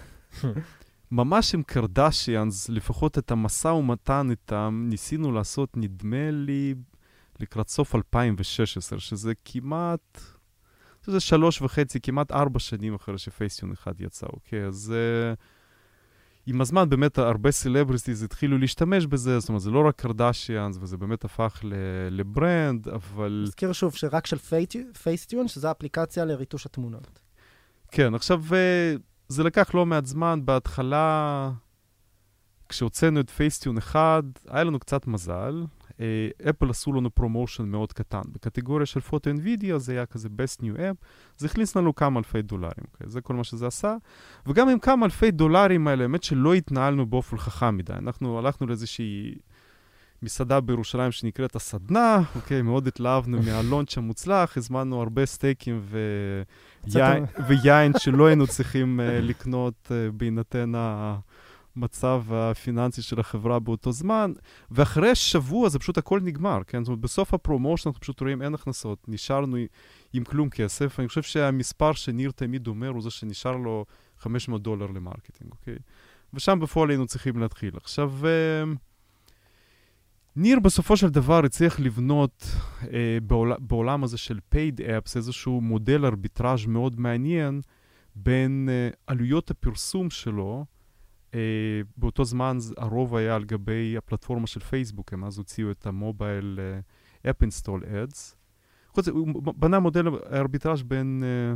ממש עם קרדשיאנס, לפחות את המשא ומתן איתם, ניסינו לעשות, נדמה לי, לקראת סוף אלפיים ושש עשרה, שזה כמעט, זה שלוש וחצי, כמעט ארבע שנים אחרי שפייסטיון אחד יצא, אוקיי? אז uh, עם הזמן באמת הרבה סלבריטיז התחילו להשתמש בזה, זאת אומרת, זה לא רק קרדשיאנס, וזה באמת הפך ל- לברנד, אבל... נזכיר שוב שרק של פייסטיון, שזו אפליקציה לריטוש התמונות. כן, עכשיו, uh, זה לקח לא מעט זמן, בהתחלה, כשהוצאנו את פייסטיון אחד, היה לנו קצת מזל, אפל עשו לנו פרומושן מאוד קטן. בקטגוריה של פוטו NVIDIA זה היה כזה best new app, זה הכניס לנו כמה אלפי דולרים. Okay? זה כל מה שזה עשה. וגם עם כמה אלפי דולרים האלה, האמת שלא התנהלנו באופן חכם מדי. אנחנו הלכנו לאיזושהי מסעדה בירושלים שנקראת הסדנה, okay? מאוד התלהבנו מהלונץ' המוצלח, הזמנו הרבה סטייקים ויין, ויין שלא היינו צריכים uh, לקנות uh, בהינתן ה... מצב הפיננסי של החברה באותו זמן, ואחרי שבוע זה פשוט הכל נגמר, כן? זאת אומרת, בסוף הפרומושן אנחנו פשוט רואים אין הכנסות, נשארנו עם כלום כסף, אני חושב שהמספר שניר תמיד אומר הוא זה שנשאר לו חמש מאות דולר למרקטינג, אוקיי? ושם בפועל היינו צריכים להתחיל. עכשיו, ניר בסופו של דבר הצליח לבנות אה, בעול, בעולם הזה של paid apps איזשהו מודל ארביטראז' מאוד מעניין בין אה, עלויות הפרסום שלו, Uh, באותו זמן הרוב היה על גבי הפלטפורמה של פייסבוק, הם אז הוציאו את המובייל uh, App Install Ads. חוץ, הוא בנה מודל ארביטראז' בין uh,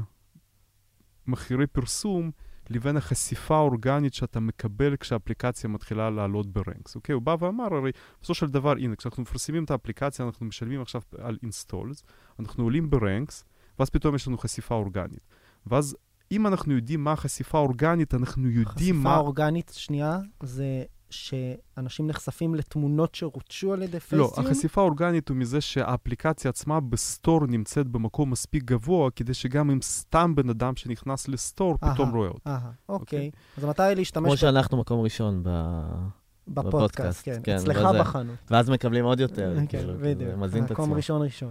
מחירי פרסום לבין החשיפה האורגנית שאתה מקבל כשהאפליקציה מתחילה לעלות ברנקס. אוקיי? הוא בא ואמר, הרי בסופו של דבר, הנה, כשאנחנו מפרסמים את האפליקציה, אנחנו משלמים עכשיו על Installs, אנחנו עולים ברנקס, ואז פתאום יש לנו חשיפה אורגנית. ואז אם אנחנו יודעים מה החשיפה האורגנית, אנחנו יודעים מה... החשיפה האורגנית, שנייה, זה שאנשים נחשפים לתמונות שרוצ'ו על ידי פייסטיון? לא, החשיפה האורגנית הוא מזה שהאפליקציה עצמה בסטור נמצאת במקום מספיק גבוה, כדי שגם אם סתם בן אדם שנכנס לסטור, פתאום רואה אותה. אהה, אוקיי. אז מתי להשתמש... כמו שאנחנו מקום ראשון בפודקאסט, כן. אצלך בחנות. ואז מקבלים עוד יותר. כן, בדיוק. מקום ראשון ראשון.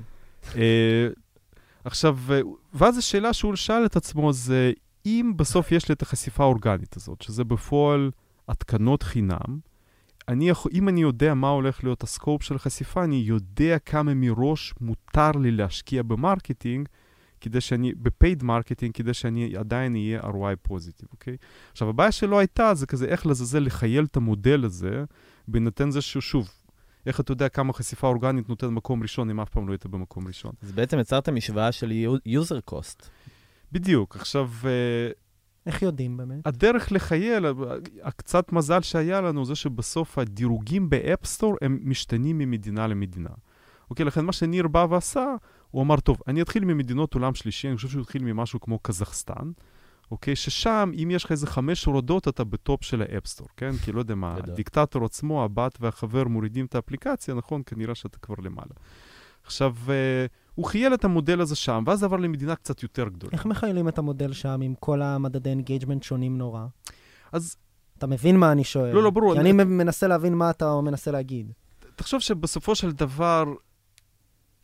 עכשיו, ואז השאלה שהוא שאל את עצמו זה, אם בסוף יש לי את החשיפה האורגנית הזאת, שזה בפועל התקנות חינם, אני יכול, אם אני יודע מה הולך להיות הסקופ של החשיפה, אני יודע כמה מראש מותר לי להשקיע במרקטינג, כדי שאני, בפייד מרקטינג, כדי שאני עדיין אהיה אר או איי פוזיטיב, אוקיי? עכשיו, הבעיה שלו הייתה, זה כזה איך לזלזל לחייל את המודל הזה, בהינתן זה ששוב, איך אתה יודע כמה חשיפה אורגנית נותן מקום ראשון, אם אף פעם לא היית במקום ראשון. אז בעצם יצרת משוואה של user cost. בדיוק. עכשיו... איך יודעים באמת? הדרך לחייל, הקצת מזל שהיה לנו, זה שבסוף הדירוגים באפסטור הם משתנים ממדינה למדינה. אוקיי, לכן מה שניר בא ועשה, הוא אמר, טוב, אני אתחיל ממדינות עולם שלישי, אני חושב שהוא התחיל ממשהו כמו קזחסטן, אוקיי, ששם, אם יש לך איזה חמש הורדות, אתה בטופ של האפסטור, כן? כי לא יודע מה, הדיקטטור עצמו, הבת והחבר מורידים את האפליקציה, נכון? כנראה שאתה כבר למעלה. עכשיו, הוא חייל את המודל הזה שם, ואז עבר למדינה קצת יותר גדולה. איך מחיילים את המודל שם עם כל המדדי אינגייג'מנט שונים נורא? אז... אתה מבין מה אני שואל? לא, לא, ברור. כי אני מנסה להבין מה אתה מנסה להגיד. תחשוב שבסופו של דבר,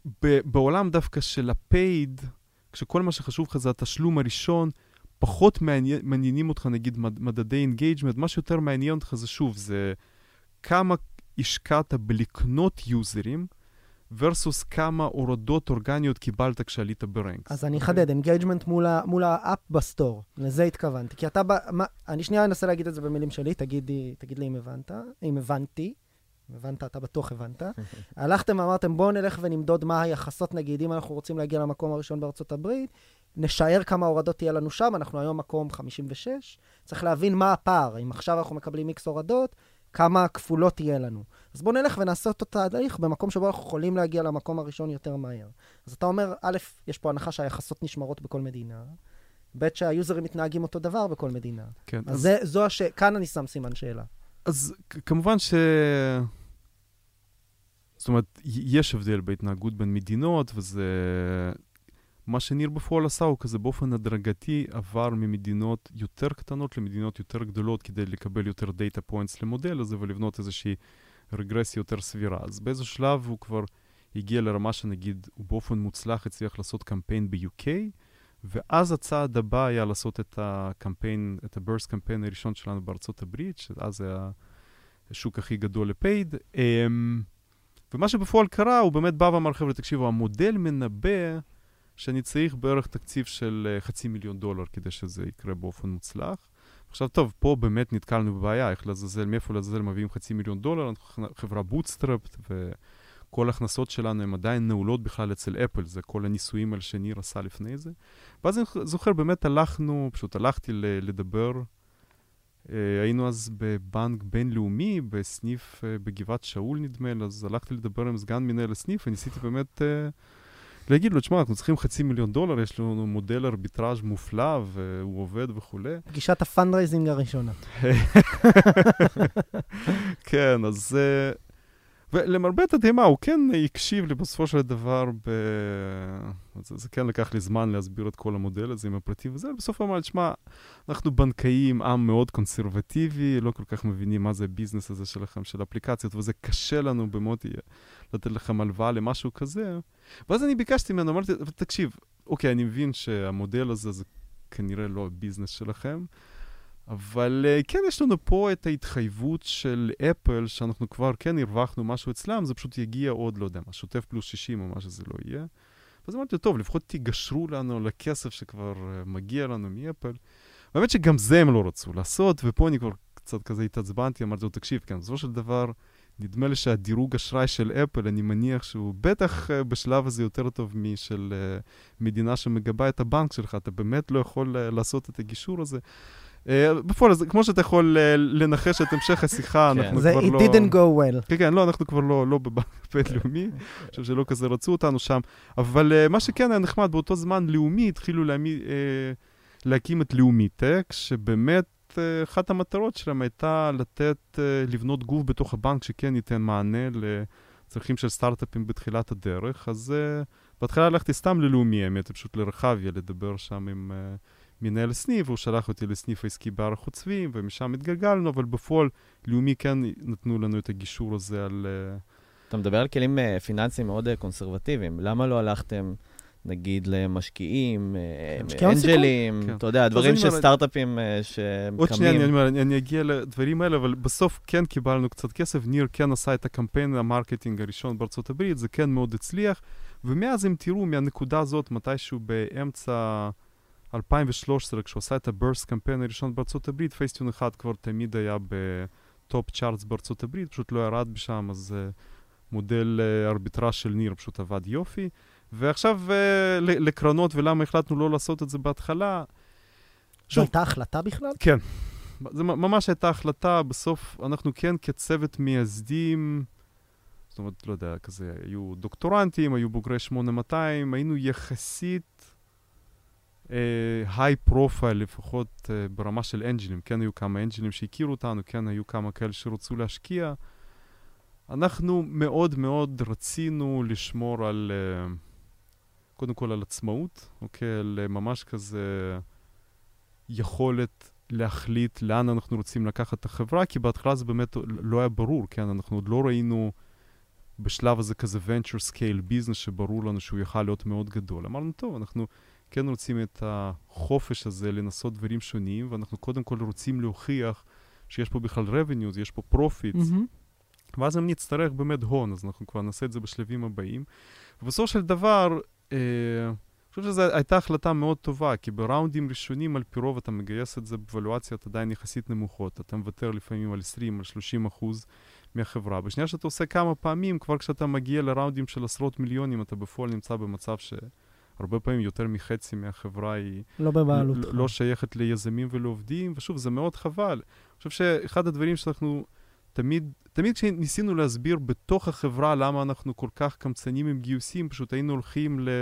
בעולם דווקא של הפייד, כשכל מה שחשוב לך זה התשלום הראשון, פחות מעניין, מעניינים אותך, נגיד, מדדי אינגייג'מנט, מה שיותר מעניין אותך זה שוב, זה כמה השקעת בלקנות יוזרים, versus כמה הורדות אורגניות קיבלת כשעלית ברנקס. אז אני אחדד, אינגייג'מנט מול האפ בסטור, לזה התכוונתי. כי אתה, אני שנייה אנסה להגיד את זה במילים שלי, תגיד לי אם הבנת, אם הבנתי, אם הבנת, אתה בטוח הבנת. הלכתם ואמרתם, בואו נלך ונמדוד מה היחסות, נגיד, אם אנחנו רוצים להגיע למקום הראשון בארצות הברית, נשאר כמה הורדות תהיה לנו שם, אנחנו היום מקום חמישים ושש, צריך להבין מה הפער, אם עכשיו אנחנו מקבלים איקס הורדות, כמה כפולות תהיה לנו. אז בואו נלך ונעשה אותו תהליך במקום שבו אנחנו יכולים להגיע למקום הראשון יותר מהר. אז אתה אומר, א', יש פה הנחה שהיחסות נשמרות בכל מדינה, ב', שהיוזרים מתנהגים אותו דבר בכל מדינה. כן, אז, אז... זה, זו הש... כאן אני שם סימן שאלה. אז כמובן ש... זאת אומרת, יש הבדל בהתנהגות בין מדינות, וזה... מה שניר בפועל עשה הוא כזה באופן הדרגתי עבר ממדינות יותר קטנות למדינות יותר גדולות כדי לקבל יותר דאטה פוינטס למודל הזה ולבנות איזושהי רגרסיה יותר סבירה. אז באיזו שלב הוא כבר הגיע לרמה שנגיד הוא באופן מוצלח הצליח לעשות קמפיין ב-יו קיי, ואז הצעד הבא היה לעשות את הקמפיין, את הברסט קמפיין הראשון שלנו בארצות הברית, שאז היה השוק הכי גדול לפייד. ומה שבפועל קרה, הוא באמת בא ואמר, חבר'ה, תקשיבו, המודל מנבא שאני צריך בערך תקציב של uh, חצי מיליון דולר כדי שזה יקרה באופן מוצלח. עכשיו, טוב, פה באמת נתקלנו בבעיה, איך לזזל, מאיפה לזזל מביאים חצי מיליון דולר, אנחנו חברה בוטסטראפט, וכל ההכנסות שלנו הן עדיין נעולות בכלל אצל אפל, זה כל הניסויים על שניר עשה לפני זה. ואז אני זוכר, באמת הלכנו, פשוט הלכתי ל- לדבר, uh, היינו אז בבנק בינלאומי, בסניף uh, בגבעת שאול נדמה, אז הלכתי לדבר עם סגן מנהל הסניף, וניסיתי באמת... Uh, להגיד לו, תשמע, אנחנו צריכים חצי מיליון דולר, יש לנו מודל ארביטראז' מופלא, והוא עובד וכו'. פגישת הפנדרייזינג הראשונה. כן, אז... ולמרבה התדהמה, הוא כן הקשיב לי בסופו של דבר, ב... זה, זה כן לקח לי זמן להסביר את כל המודל הזה עם הפרטים וזה, בסוף אמר, תשמע, אנחנו בנקאים, עם מאוד קונסרבטיבי, לא כל כך מבינים מה זה הביזנס הזה שלכם, של אפליקציות, וזה קשה לנו במותי לתת לכם הלוואה למשהו כזה. ואז אני ביקשתי ממנו, אמרתי, תקשיב, אוקיי, אני מבין שהמודל הזה זה כנראה לא הביזנס שלכם, אבל uh, כן יש לנו פה את ההתחייבות של אפל, שאנחנו כבר כן הרווחנו משהו אצלם, זה פשוט יגיע עוד, לא יודע מה, שוטף פלוס שישים או מה שזה לא יהיה. אז אמרתי, טוב, לפחות תיגשרו לנו לכסף שכבר uh, מגיע לנו מאפל. באמת שגם זה הם לא רצו לעשות, ופה אני כבר קצת כזה התעצבנתי, אמרתי לו, תקשיב, כן, בסופו של דבר, נדמה לי שהדירוג אשראי של אפל, אני מניח שהוא בטח uh, בשלב הזה יותר טוב משל uh, מדינה שמגבה את הבנק שלך, אתה באמת לא יכול uh, לעשות את הגישור הזה. בפועל, כמו שאתה יכול לנחש את המשך השיחה, אנחנו כבר לא... זה it didn't go well. כן, כן, לא, אנחנו כבר לא בבנק בינלאומי, אני חושב שלא כזה רצו אותנו שם, אבל מה שכן היה נחמד, באותו זמן לאומי התחילו להקים את לאומי טק, שבאמת אחת המטרות שלהם הייתה לתת, לבנות גוף בתוך הבנק שכן ייתן מענה לצרכים של סטארט-אפים בתחילת הדרך, אז בהתחלה הלכתי סתם ללאומי, האמת, פשוט לרחביה, לדבר שם עם... מנהל סניף, הוא שלח אותי לסניף העסקי בער החוצבים, ומשם התגלגלנו, אבל בפועל, לאומי כן נתנו לנו את הגישור הזה על... אתה מדבר על כלים פיננסיים מאוד קונסרבטיביים. למה לא הלכתם, נגיד, למשקיעים, אנג'לים, אתה יודע, דברים של סטארט-אפים שמקמים? עוד שנייה, אני אגיע לדברים האלה, אבל בסוף כן קיבלנו קצת כסף, ניר כן עשה את הקמפיין המרקטינג הראשון בארצות הברית, זה כן מאוד הצליח, ומאז אם תראו מהנקודה הזאת, מתישהו באמצע... אלפיים ושלוש עשרה, כשהוא עשה את הברסט קמפיין הראשון בארצות הברית, פייסטיון אחד כבר תמיד היה בטופ צ'ארטס בארצות הברית, פשוט לא ירד בשם, אז uh, מודל uh, ארביטראז' של ניר פשוט עבד יופי. ועכשיו uh, לקרנות, ולמה החלטנו לא לעשות את זה בהתחלה? זו הייתה החלטה בכלל? כן. זה ממש הייתה החלטה, בסוף אנחנו כן כצוות מייסדים, זאת אומרת, לא יודע, כזה, היו דוקטורנטים, היו בוגרי שמונה מאתיים, היינו יחסית... היי פרופייל, לפחות uh, ברמה של אנג'לים. כן היו כמה אנג'לים שהכירו אותנו, כן היו כמה כאלה שרצו להשקיע. אנחנו מאוד מאוד רצינו לשמור על, uh, קודם כל על עצמאות, אוקיי? על uh, ממש כזה יכולת להחליט לאן אנחנו רוצים לקחת את החברה, כי בהתחלה זה באמת לא היה ברור, כן? אנחנו עוד לא ראינו בשלב הזה כזה venture scale business שברור לנו שהוא יכל להיות מאוד גדול. אמרנו, טוב, אנחנו כן רוצים את החופש הזה לנסות דברים שונים, ואנחנו קודם כל רוצים להוכיח שיש פה בכלל revenues, יש פה profits, mm-hmm. ואז אם נצטרך באמת הון, אז אנחנו כבר נעשה את זה בשלבים הבאים. ובסופו של דבר, אה, אני חושב שזו הייתה החלטה מאוד טובה, כי בראונדים ראשונים על פי רוב אתה מגייס את זה בוולואציות עדיין יחסית נמוכות, אתה מוותר לפעמים על עשרים, על שלושים אחוז מהחברה. בשנייה שאתה עושה כמה פעמים, כבר כשאתה מגיע לראונדים של עשרות מיליונים, אתה בפועל נמצא במצב שהרבה פעמים יותר מחצי מהחברה היא לא בבעלות. לא, לא שייכת ליזמים ולעובדים, ושוב, זה מאוד חבל. אני חושב שאחד הדברים שאנחנו תמיד, תמיד כשניסינו להסביר בתוך החברה למה אנחנו כל כך קמצנים עם גיוסים, פשוט היינו הולכים ל...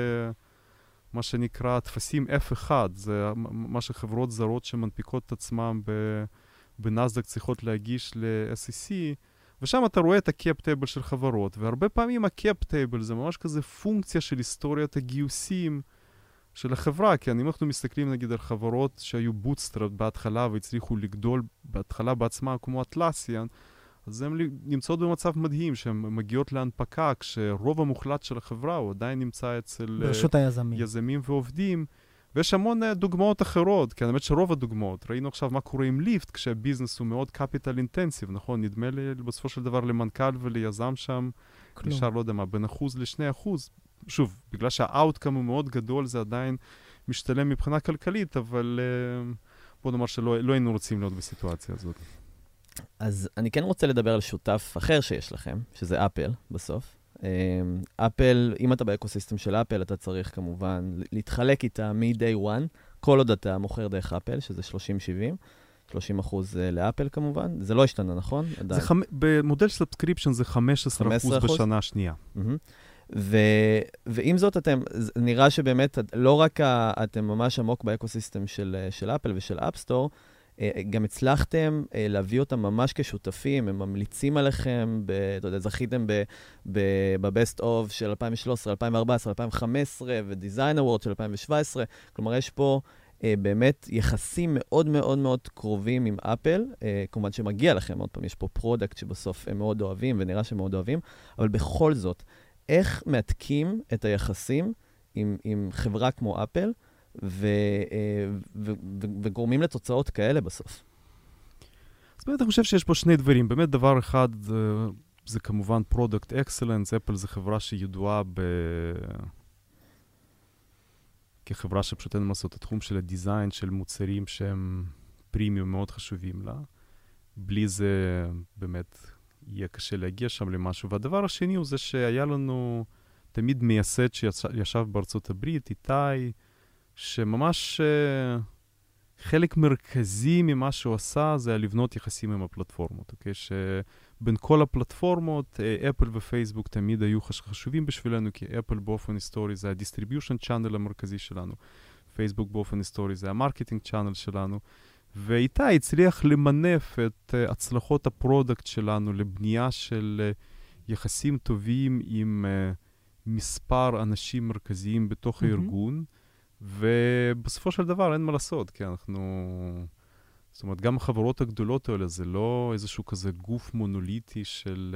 מה שנקרא תפסים אף אחת, זה מה שחברות זרות שמנפיקות את עצמם בנסדק צריכות להגיש ל-אס אי סי, ושם אתה רואה את הקאפ טייבל של חברות, והרבה פעמים הקאפ טייבל זה ממש כזה פונקציה של היסטוריית הגיוסים של החברה, כי אם אנחנו מסתכלים נגיד על חברות שהיו בוטסטראפ בהתחלה והצליחו לגדול בהתחלה בעצמה כמו אטלסיאן, אז הן נמצאות במצב מדהים, שהן מגיעות להנפקה, כשרוב המוחלט של החברה הוא עדיין נמצא אצל ברשות היזמים. יזמים ועובדים, ויש המון דוגמאות אחרות, כי האמת שרוב הדוגמאות, ראינו עכשיו מה קורה עם ליפט, כשהביזנס הוא מאוד קפיטל אינטנסיב, נכון? נדמה לי בסופו של דבר למנכ"ל וליזם שם, כלום. נשאר לא יודע מה, בין אחוז לשני אחוז. שוב, בגלל שהאוטקאם הוא מאוד גדול, זה עדיין משתלם מבחינה כלכלית, אבל בוא נאמר שלא לא היינו רוצים להיות בסיטואציה הזאת. אז אני כן רוצה לדבר על שותף אחר שיש לכם, שזה אפל בסוף. אפל, אם אתה באקוסיסטם של אפל, אתה צריך כמובן להתחלק איתה מ-day one, כל עוד אתה מוכר דרך אפל, שזה שלושים שבעים, שלושים אחוז לאפל כמובן. זה לא השתנה, נכון? זה חמ... במודל סאבסקריפשן זה חמישה עשר אחוז בשנה השנייה. ו... ועם זאת, אתם, נראה שבאמת, לא רק ה... אתם ממש עמוק באקוסיסטם של, של אפל ושל אפסטור, גם הצלחתם להביא אותם ממש כשותפים, הם ממליצים עליכם, ב, אתה יודע, זכיתם בבסט אוף של אלפיים ושלוש עשרה, אלפיים וארבע עשרה, אלפיים וחמש עשרה ודיזיין אוורד של אלפיים שבע עשרה, כלומר יש פה באמת יחסים מאוד מאוד מאוד קרובים עם אפל, כמובן שמגיע לכם, עוד פעם, יש פה פרודקט שבסוף הם מאוד אוהבים ונראה שהם מאוד אוהבים, אבל בכל זאת, איך מעתקים את היחסים עם, עם חברה כמו אפל, ו, ו, ו, וגורמים לתוצאות כאלה בסוף. אז באמת אני חושב שיש פה שני דברים. באמת דבר אחד זה, זה כמובן Product Excellence. אפל זה חברה שידועה ב... כחברה שפשוט אין לעשות את התחום של הדיזיין, של מוצרים שהם פרימיום מאוד חשובים לה. בלי זה באמת יהיה קשה להגיע שם למשהו. והדבר השני הוא זה שהיה לנו תמיד מייסד שישב בארצות הברית, איתי, שממש uh, חלק מרכזי ממה שהוא עשה זה לבנות יחסים עם הפלטפורמות, אוקיי? שבין כל הפלטפורמות, אפל ופייסבוק תמיד היו חשובים בשבילנו, כי אפל באופן היסטורי זה הדיסטריביושן צ'אנל המרכזי שלנו, פייסבוק באופן היסטורי זה המרקטינג צ'אנל שלנו, ואיתה הצליח למנף את uh, הצלחות הפרודקט שלנו לבנייה של uh, יחסים טובים עם uh, מספר אנשים מרכזיים בתוך mm-hmm. הארגון, ובסופו של דבר אין מה לעשות, כי אנחנו... זאת אומרת, גם החברות הגדולות האלה זה לא איזשהו כזה גוף מונוליטי של...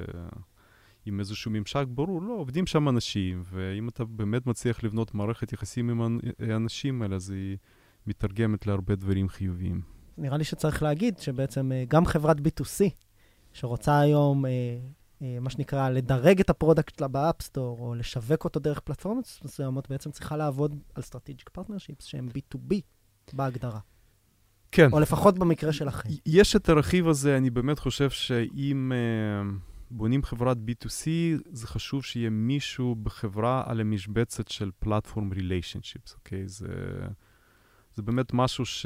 עם איזשהו ממשק ברור, לא, עובדים שם אנשים, ואם אתה באמת מצליח לבנות מערכת יחסים עם האנשים האלה, אז היא מתרגמת להרבה דברים חיוביים. נראה לי שצריך להגיד שבעצם גם חברת בי טו סי, שרוצה היום... מה שנקרא, לדרג את הפרודקט שלה באפסטור, או לשווק אותו דרך פלטפורמות מסוימות, בעצם צריכה לעבוד על strategic partnerships שהם בי טו בי בהגדרה. כן. או לפחות במקרה שלכם. יש את הרכיב הזה, אני באמת חושב שאם uh, בונים חברת בי טו סי, זה חשוב שיהיה מישהו בחברה על המשבצת של platform relationships, אוקיי? זה, זה באמת משהו ש...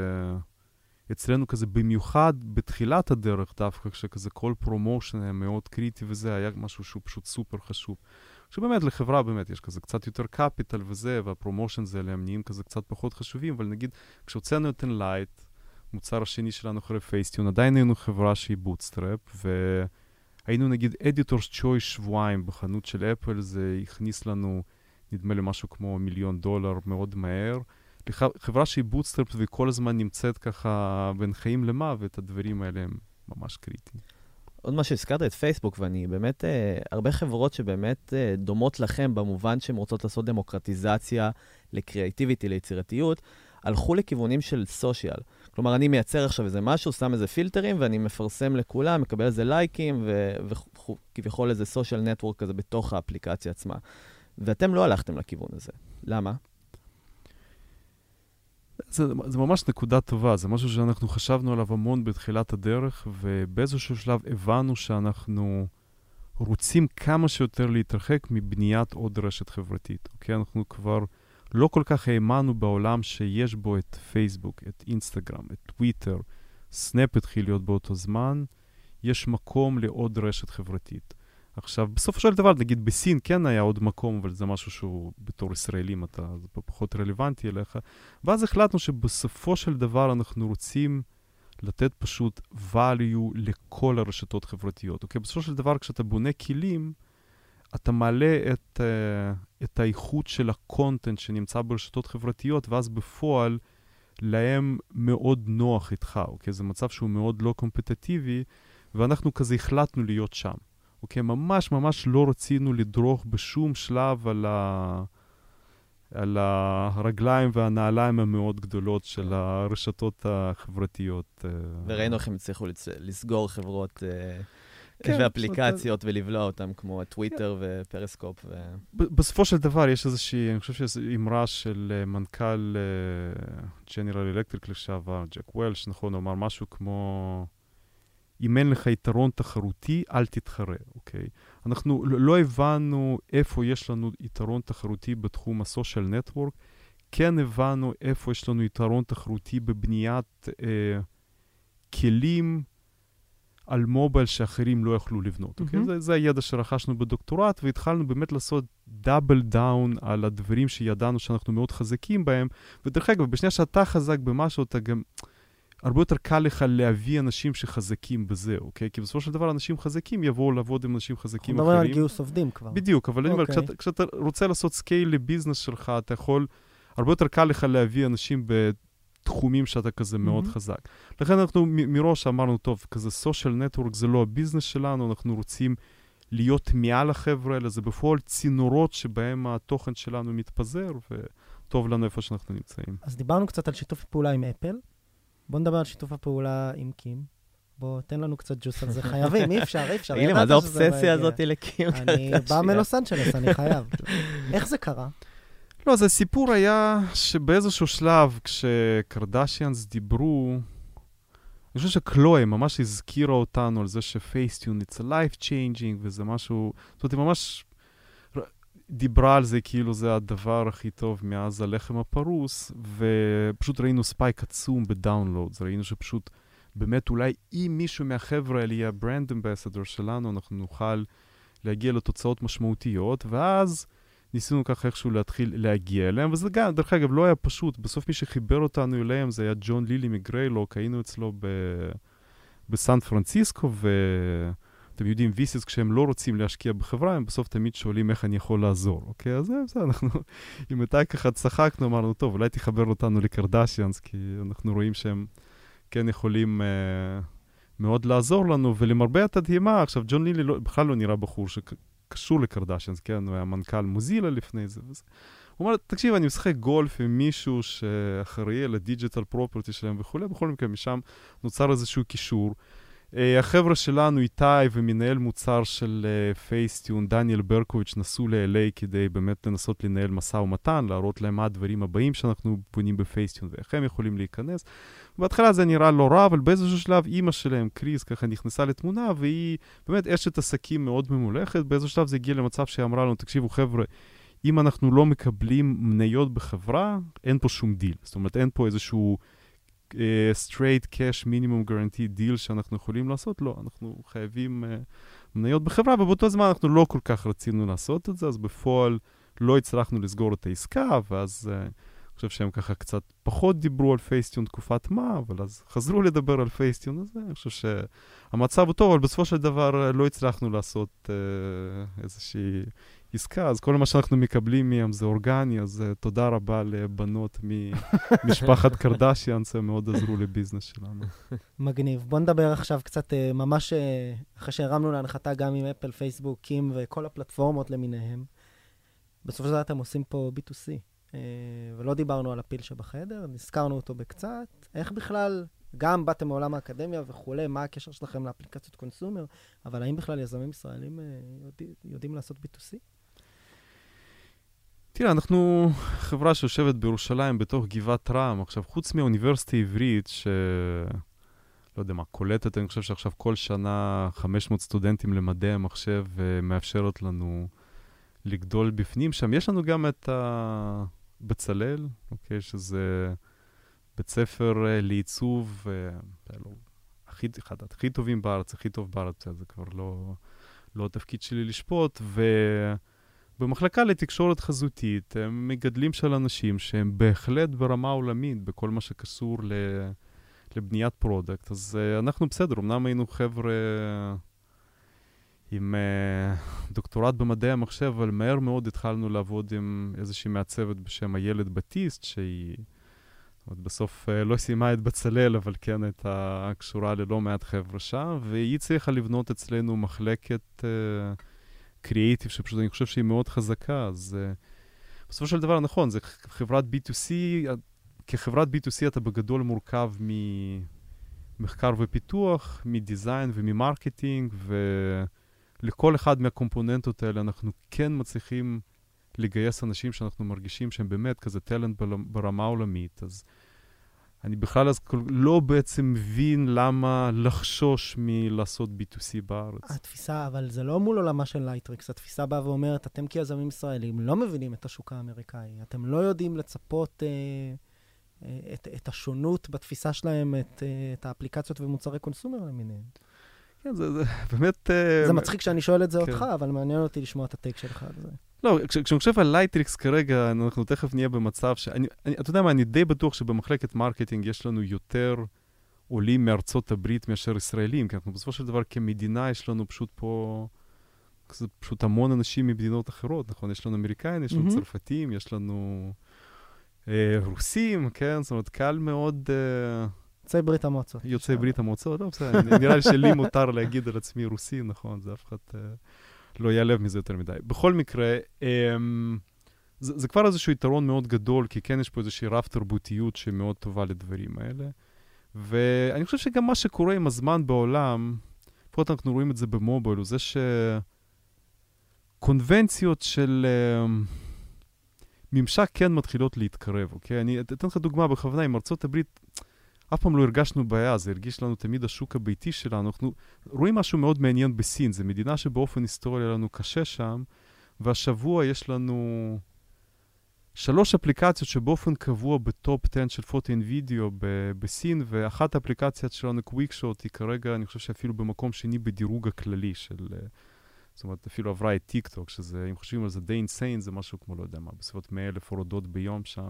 אצלנו כזה במיוחד בתחילת הדרך דווקא, כשכזה כל פרומושן היה מאוד קריטי וזה, היה משהו שהוא פשוט סופר חשוב. שבאמת לחברה באמת יש כזה קצת יותר קפיטל וזה, והפרומושן זה אלה נהיים כזה קצת פחות חשובים, אבל נגיד כשהוצאנו את Enlight, מוצר השני שלנו אחרי פייסטיון, עדיין היינו חברה שהיא בוטסטראפ, והיינו נגיד אדיטורס צ'ויס שבועיים בחנות של אפל, זה הכניס לנו נדמה לי משהו כמו מיליון דולר מאוד מהר, חברה שהיא בוטסטראפ וכל הזמן נמצאת ככה בין חיים למוות, הדברים האלה הם ממש קריטיים. עוד מה שהזכרת את פייסבוק, ואני באמת, אה, הרבה חברות שבאמת אה, דומות לכם במובן שהן רוצות לעשות דמוקרטיזציה לקריאטיביטי, ליצירתיות, הלכו לכיוונים של סושיאל. כלומר, אני מייצר עכשיו איזה משהו, שם איזה פילטרים, ואני מפרסם לכולם, מקבל איזה לייקים, וכביכול איזה סושיאל נטוורק כזה בתוך האפליקציה עצמה. ואתם לא הלכתם לכיוון הזה. למה? זה, זה ממש נקודה טובה, זה משהו שאנחנו חשבנו עליו המון בתחילת הדרך, ובאיזשהו שלב הבנו שאנחנו רוצים כמה שיותר להתרחק מבניית עוד רשת חברתית. אוקיי? אנחנו כבר לא כל כך האמנו בעולם שיש בו את פייסבוק, את אינסטגרם, את טוויטר, סנאפ התחיל להיות באותו זמן, יש מקום לעוד רשת חברתית. עכשיו, בסופו של דבר, נגיד בסין כן היה עוד מקום, אבל זה משהו שהוא בתור ישראלים, אתה, זה פחות רלוונטי אליך. ואז החלטנו שבסופו של דבר אנחנו רוצים לתת פשוט value לכל הרשתות חברתיות. אוקיי? בסופו של דבר, כשאתה בונה כלים, אתה מעלה את, uh, את האיכות של הקונטנט שנמצא ברשתות חברתיות, ואז בפועל להם מאוד נוח איתך. אוקיי? זה מצב שהוא מאוד לא קומפטטיבי, ואנחנו כזה החלטנו להיות שם. אוקיי, ממש ממש לא רצינו לדרוך בשום שלב על, ה... על הרגליים והנעליים המאוד גדולות של הרשתות החברתיות. וראינו איך הם הצליחו לצ... לסגור חברות כן, ואפליקציות זאת... ולבלוע אותם, כמו טוויטר כן. ופריסקופ. ו... בסופו של דבר יש איזושהי, אני חושב שיש אמרה של מנכ"ל ג'נרל אלקטריק לשעבר, ג'ק וולש, נכון, הוא אמר משהו כמו... אם אין לך יתרון תחרותי, אל תתחרה, אוקיי? אנחנו לא הבנו איפה יש לנו יתרון תחרותי בתחום הסושיאל נטוורק, כן הבנו איפה יש לנו יתרון תחרותי בבניית אה, כלים על מובייל שאחרים לא יכלו לבנות, אוקיי? Mm-hmm. זה, זה הידע שרכשנו בדוקטורט, והתחלנו באמת לעשות דאבל דאון על הדברים שידענו שאנחנו מאוד חזקים בהם, ודרך אגב, בשנייה שאתה חזק במשהו, אתה גם... הרבה יותר קל לך להביא אנשים שחזקים בזה, אוקיי? כי בסופו של דבר אנשים חזקים יבואו לעבוד עם אנשים חזקים אחרים. אנחנו מדברים על גיוס עובדים כבר. בדיוק, אבל אני אומר, כשאתה, כשאתה רוצה לעשות סקייל לביזנס שלך, אתה יכול, הרבה יותר קל לך להביא אנשים בתחומים שאתה כזה מאוד חזק. לכן אנחנו מראש אמרנו, טוב, כזה סושיאל נטוורק זה לא הביזנס שלנו, אנחנו רוצים להיות מעל החבר'ה האלה, זה בפועל צינורות שבהם התוכן שלנו מתפזר, וטוב לנו איפה שאנחנו נמצאים. אז דיברנו קצת על שיתוף פעולה עם אפל. בוא נדבר על שיתוף הפעולה עם קים. בוא, תן לנו קצת ג'וס על זה. חייבים, אי אפשר, אי אפשר. הנה, מה זה האובססיה הזאת לקים? אני בא מלוס אנג'לס, אני חייב. איך זה קרה? לא, אז הסיפור היה שבאיזשהו שלב, כשקרדשיאנס דיברו, אני חושב שקלוי ממש הזכירה אותנו על זה שפייסטיון it's a life changing, וזה משהו, זאת אומרת, היא ממש דיברה על זה כאילו זה הדבר הכי טוב מאז הלחם הפרוס, ופשוט ראינו ספייק עצום בדאונלודס, ראינו שפשוט באמת אולי אם מישהו מהחבר'ה האלה יהיה ברנד אמבסדור שלנו, אנחנו נוכל להגיע לתוצאות משמעותיות, ואז ניסינו ככה איכשהו להתחיל להגיע אליהם, וזה גם, דרך אגב, לא היה פשוט, בסוף מי שחיבר אותנו אליהם זה היה ג'ון לילי מגריילוק, היינו אצלו ב... בסן פרנסיסקו, ו... אתם יודעים, ויסיס, כשהם לא רוצים להשקיע בחברה, הם בסוף תמיד שואלים איך אני יכול לעזור, אוקיי? אז זה, אנחנו, אם מתי ככה צחקנו, אמרנו, טוב, אולי תחבר אותנו לקרדשיאנס, כי אנחנו רואים שהם כן יכולים אה, מאוד לעזור לנו, ולמרבה התדהימה, עכשיו, ג'ון לילי לא, בכלל לא נראה בחור שקשור לקרדשיאנס, כן? הוא היה מנכ"ל מוזילה לפני זה, וזה. הוא אומר, תקשיב, אני משחק גולף עם מישהו שאחראי על הדיג'יטל פרופרטי שלהם וכו', בכל מקרה, משם נוצר איזשהו קישור, Uh, החבר'ה שלנו, איתי ומנהל מוצר של uh, פייסטיון, דניאל ברקוביץ', נסעו ל-אל איי כדי באמת לנסות לנהל מסע ומתן, להראות להם מה הדברים הבאים שאנחנו בונים בפייסטיון ואיך הם יכולים להיכנס. בהתחלה זה נראה לא רע, אבל באיזשהו שלב אימא שלהם, קריס, ככה נכנסה לתמונה, והיא באמת אשת עסקים מאוד ממולכת. באיזשהו שלב זה הגיע למצב שהיא אמרה לנו, תקשיבו חבר'ה, אם אנחנו לא מקבלים מניות בחברה, אין פה שום דיל. זאת אומרת, אין פה איזשהו Uh, straight cash minimum guarantee deal שאנחנו יכולים לעשות, לא, אנחנו חייבים uh, מניות בחברה, ובאותו זמן אנחנו לא כל כך רצינו לעשות את זה, אז בפועל לא הצלחנו לסגור את העסקה, ואז uh, אני חושב שהם ככה קצת פחות דיברו על פייסטיון תקופת מה, אבל אז חזרו לדבר על פייסטיון הזה. אני חושב שהמצב הוא טוב, אבל בסופו של דבר לא הצלחנו לעשות אה, איזושהי עסקה, אז כל מה שאנחנו מקבלים מהם זה אורגני, אז uh, תודה רבה לבנות ממשפחת קרדשיאנס, הם מאוד עזרו לביזנס שלנו. מגניב. בוא נדבר עכשיו קצת, uh, ממש uh, אחרי שהרמנו להנחתה גם עם אפל, פייסבוק, קים וכל הפלטפורמות למיניהם. בסופו של דבר אתם עושים פה בי טו סי, uh, ולא דיברנו על הפיל שבחדר, נזכרנו אותו בקצת. איך בכלל, גם באתם מעולם האקדמיה וכולי, מה הקשר שלכם לאפליקציות קונסומר, אבל האם בכלל יזמים ישראלים uh, יודע, יודעים לעשות בי טו סי? תראה, אנחנו חברה שיושבת בירושלים בתוך גבעת רם, עכשיו חוץ מהאוניברסיטה העברית, ש... לא יודע מה, קולטת, אני חושב שעכשיו כל שנה חמש מאות סטודנטים למדעי המחשב ומאפשרת לנו לגדול בפנים שם. יש לנו גם את בצלאל, אוקיי, שזה בית ספר לעיצוב, לא, הכי, אחד הכי טובים בארץ, הכי טוב בארץ, זה כבר לא, לא התפקיד שלי לשפוט, ו... במחלקה לתקשורת חזותית, הם מגדלים של אנשים שהם בהחלט ברמה עולמית, בכל מה שקשור לבניית פרודקט. אז uh, אנחנו בסדר, אמנם היינו חבר'ה עם uh, דוקטורט במדעי המחשב, אבל מהר מאוד התחלנו לעבוד עם איזושהי מעצבת בשם הילד בטיסט, שהיא בסוף uh, לא סיימה את בצלאל, אבל כן הייתה קשורה ללא מעט חבר'ה שם, והיא צריכה לבנות אצלנו מחלקת... Uh, קריאיטיב, שפשוט אני חושב שהיא מאוד חזקה, אז uh, בסופו של דבר, נכון, זה חברת בי טו סי, כחברת בי טו סי אתה בגדול מורכב ממחקר ופיתוח, מדיזיין וממרקטינג, ולכל אחד מהקומפוננטות האלה אנחנו כן מצליחים לגייס אנשים שאנחנו מרגישים שהם באמת כזה טלנט ברמה עולמית, אז אני בכלל אז לא בעצם מבין למה לחשוש מלעשות בי טו סי בארץ. התפיסה, אבל זה לא מול עולמה של לייטריקס, התפיסה באה ואומרת, אתם כיזמים ישראלים לא מבינים את השוק האמריקאי, אתם לא יודעים לצפות אה, אה, את, את השונות בתפיסה שלהם, את, אה, את האפליקציות ומוצרי קונסומר למיניהם. כן, זה, זה באמת... זה מצחיק שאני שואל את זה כן. אותך, אבל מעניין אותי לשמוע את הטייק שלך על זה. לא, כש, כשאני חושב על לייטריקס כרגע, אנחנו תכף נהיה במצב שאני, אני, אתה יודע מה, אני די בטוח שבמחלקת מרקטינג יש לנו יותר עולים מארצות הברית מאשר ישראלים, כי אנחנו בסופו של דבר כמדינה יש לנו פשוט פה, זה פשוט המון אנשים ממדינות אחרות, נכון? יש לנו אמריקאים, יש לנו mm-hmm. צרפתים, יש לנו אה, רוסים, כן? זאת אומרת, קל מאוד... אה, יוצאי ברית המועצות. יוצאי ברית המועצות, לא, בסדר, נראה לי שלי מותר להגיד על עצמי רוסי, נכון, זה אף אחד... אה, לא יעלב מזה יותר מדי. בכל מקרה, אמ, זה, זה כבר איזשהו יתרון מאוד גדול, כי כן יש פה איזושהי רב תרבותיות שמאוד טובה לדברים האלה. ואני חושב שגם מה שקורה עם הזמן בעולם, לפחות אנחנו רואים את זה במובייל, הוא זה שקונבנציות של אמ, ממשק כן מתחילות להתקרב, אוקיי? אני אתן לך דוגמה בכוונה, עם ארצות הברית, אף פעם לא הרגשנו בעיה, זה הרגיש לנו תמיד השוק הביתי שלנו. אנחנו רואים משהו מאוד מעניין בסין, זו מדינה שבאופן היסטורי לנו קשה שם, והשבוע יש לנו שלוש אפליקציות שבאופן קבוע בטופ עשר של פוטו אין וידאו ב- בסין, ואחת האפליקציות שלנו, קוויקשוט, היא כרגע, אני חושב שאפילו במקום שני בדירוג הכללי של... זאת אומרת, אפילו עברה את טיק טוק, שזה, אם חושבים על זה די אינסיין, זה משהו כמו, לא יודע מה, בסביבות מאה אלף הורדות ביום שם.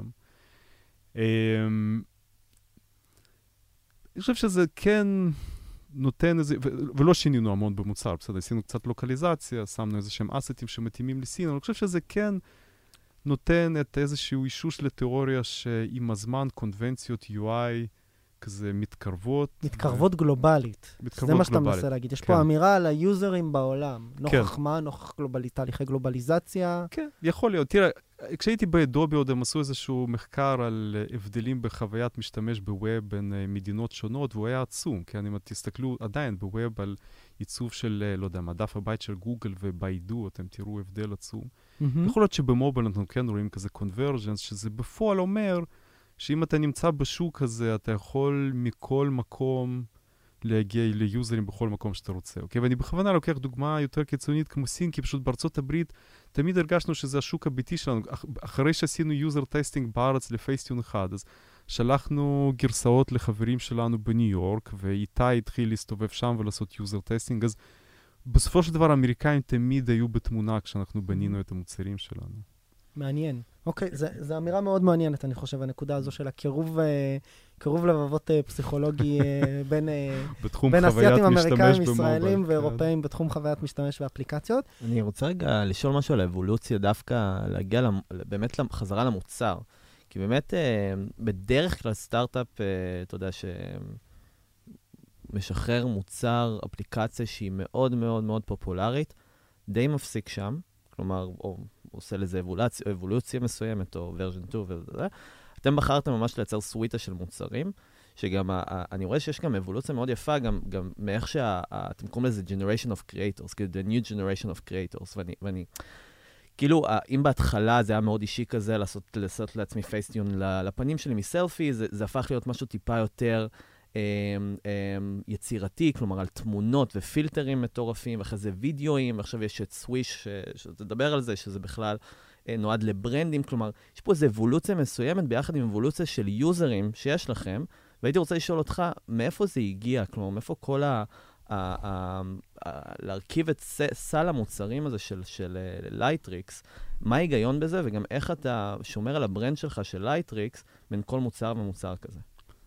אני חושב שזה כן נותן איזה, ו- ולא שינינו המון במוצר, בסדר, עשינו קצת לוקליזציה, שמנו איזה שהם אסטים שמתאימים לסין, אבל אני חושב שזה כן נותן את איזשהו אישוש לתיאוריה שעם הזמן קונבנציות יו איי כזה מתקרבות. מתקרבות ו... גלובלית. מתקרבות זה מה שאתה גלובלית. מנסה להגיד. יש כן. פה אמירה על היוזרים בעולם. נוכח כן. מה? נוכח גלובל... תהליכי גלובליזציה. כן, יכול להיות. תראה, כשהייתי באדובי עוד הם עשו איזשהו מחקר על הבדלים בחוויית משתמש בווב בין מדינות שונות, והוא היה עצום. כן, אם תסתכלו עדיין בווב על עיצוב של, לא יודע, מדף הבית של גוגל וביידו, אתם תראו הבדל עצום. Mm-hmm. יכול להיות שבמובייל אנחנו כן רואים כזה קונברג'נס, שזה בפועל אומר שאם אתה נמצא בשוק הזה, אתה יכול מכל מקום להגיע ליוזרים בכל מקום שאתה רוצה. אוקיי? ואני בכוונה לוקח דוגמה יותר קיצונית כמו סין, כי פשוט בארצות הברית תמיד הרגשנו שזה השוק הביתי שלנו. אח, אחרי שעשינו יוזר טסטינג בארץ לפייסטיון אחד, אז שלחנו גרסאות לחברים שלנו בניו יורק, ואיתה התחיל להסתובב שם ולעשות יוזר טסטינג, אז בסופו של דבר האמריקאים תמיד היו בתמונה כשאנחנו בנינו את המוצרים שלנו. מעניין. אוקיי, זו אמירה מאוד מעניינת, אני חושב, הנקודה הזו של הקירוב, קירוב לבבות פסיכולוגי בין בין אסיאתים, אמריקאים, ישראלים ואירופאים בתחום חוויית משתמש ואפליקציות. אני רוצה רגע לשאול משהו על האבולוציה, דווקא להגיע באמת חזרה למוצר. כי באמת, בדרך כלל סטארט-אפ, אתה יודע, שמשחרר מוצר, אפליקציה שהיא מאוד מאוד מאוד פופולרית, די מפסיק שם, כלומר, או עושה לזה אבולוציה, אבולוציה מסוימת, או version שתיים וזה. אתם בחרתם ממש לייצר סוויטה של מוצרים, שגם, אני רואה שיש גם אבולוציה מאוד יפה, גם, גם מאיך שאתם קוראים לזה generation of creators, כאילו the new generation of creators, ואני, ואני, כאילו, אם בהתחלה זה היה מאוד אישי כזה, לעשות, לעשות לעצמי פייסטיון לפנים שלי מסלפי, זה, זה הפך להיות משהו טיפה יותר אה, אה, יצירתי, כלומר, על תמונות ופילטרים מטורפים, ואחרי זה וידאוים, ועכשיו יש את סוויש, שתדבר על זה, שזה בכלל אה, נועד לברנדים, כלומר, יש פה איזו אבולוציה מסוימת, ביחד עם אבולוציה של יוזרים שיש לכם, והייתי רוצה לשאול אותך, מאיפה זה הגיע? כלומר, מאיפה כל ה... להרכיב את סל המוצרים הזה של לייטריקס, מה ההיגיון בזה, וגם איך אתה שומר על הברנד שלך של לייטריקס בין כל מוצר ומוצר כזה?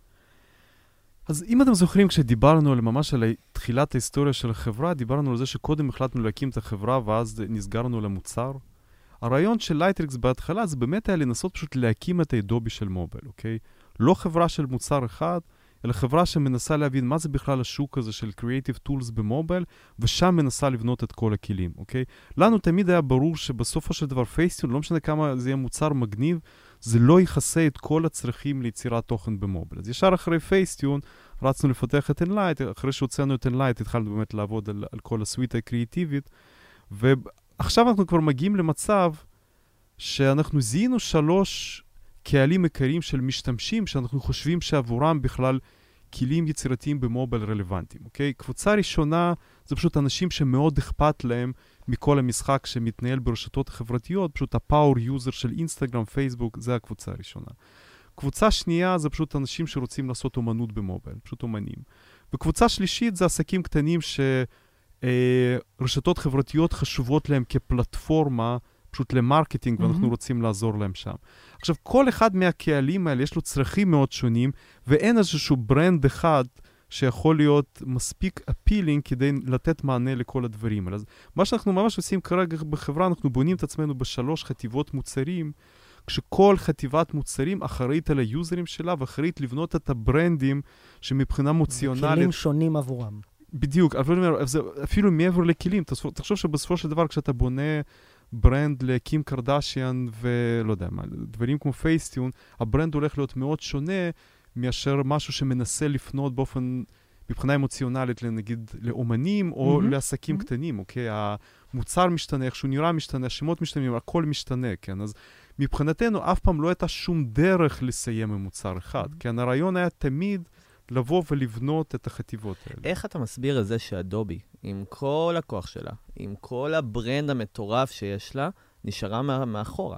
אז אם אתם זוכרים, כשדיברנו ממש על תחילת ההיסטוריה של החברה, דיברנו על זה שקודם החלטנו להקים את החברה, ואז נסגרנו למוצר. הרעיון של לייטריקס בהתחלה, זה באמת היה לנסות פשוט להקים את האדובי של מוביל, אוקיי? לא חברה של מוצר אחד, אלא חברה שמנסה להבין מה זה בכלל השוק הזה של Creative Tools במוביל, ושם מנסה לבנות את כל הכלים, אוקיי? לנו תמיד היה ברור שבסופו של דבר פייסטיון, לא משנה כמה זה יהיה מוצר מגניב, זה לא יכסה את כל הצרכים ליצירת תוכן במוביל. אז ישר אחרי פייסטיון, רצנו לפתח את Enlight, אחרי שהוצאנו את Enlight, התחלנו באמת לעבוד על, על כל הסוויטה הקריאטיבית, ועכשיו אנחנו כבר מגיעים למצב שאנחנו זיהינו שלוש קהלים עיקריים של משתמשים שאנחנו חושבים שעבורם בכלל כלים יצירתיים במוביל רלוונטיים, אוקיי? קבוצה ראשונה זה פשוט אנשים שמאוד אכפת להם מכל המשחק שמתנהל ברשתות החברתיות, פשוט הפאור יוזר של אינסטגרם, פייסבוק, זה הקבוצה הראשונה. קבוצה שנייה זה פשוט אנשים שרוצים לעשות אומנות במוביל, פשוט אומנים. וקבוצה שלישית זה עסקים קטנים שרשתות חברתיות חשובות להם כפלטפורמה פשוט למרקטינג, ואנחנו mm-hmm. רוצים לעזור להם שם. עכשיו, כל אחד מהקהלים האלה יש לו צרכים מאוד שונים, ואין איזשהו ברנד אחד שיכול להיות מספיק אפילינג כדי לתת מענה לכל הדברים האלה. אז מה שאנחנו ממש עושים כרגע בחברה, אנחנו בונים את עצמנו בשלוש חטיבות מוצרים, כשכל חטיבת מוצרים אחראית על היוזרים שלה, ואחראית לבנות את הברנדים שמבחינה מוציונלית... כלים שונים עבורם. בדיוק, אפילו מעבר לכלים. תחשוב שבסופו של דבר, כשאתה בונה ברנד לקים קרדשיאן ולא יודע מה, דברים כמו פייסטיון, הברנד הולך להיות מאוד שונה מאשר משהו שמנסה לפנות באופן, מבחינה אמוציונלית, נגיד לאומנים או mm-hmm. לעסקים mm-hmm. קטנים, אוקיי? המוצר משתנה, איך שהוא נראה משתנה, השמות משתנים, הכל משתנה, כן? אז מבחינתנו אף פעם לא הייתה שום דרך לסיים עם מוצר אחד, mm-hmm. כן? הרעיון היה תמיד לבוא ולבנות את החטיבות האלה. איך אתה מסביר את זה שאדובי, עם כל הכוח שלה, עם כל הברנד המטורף שיש לה, נשארה מה, מאחורה?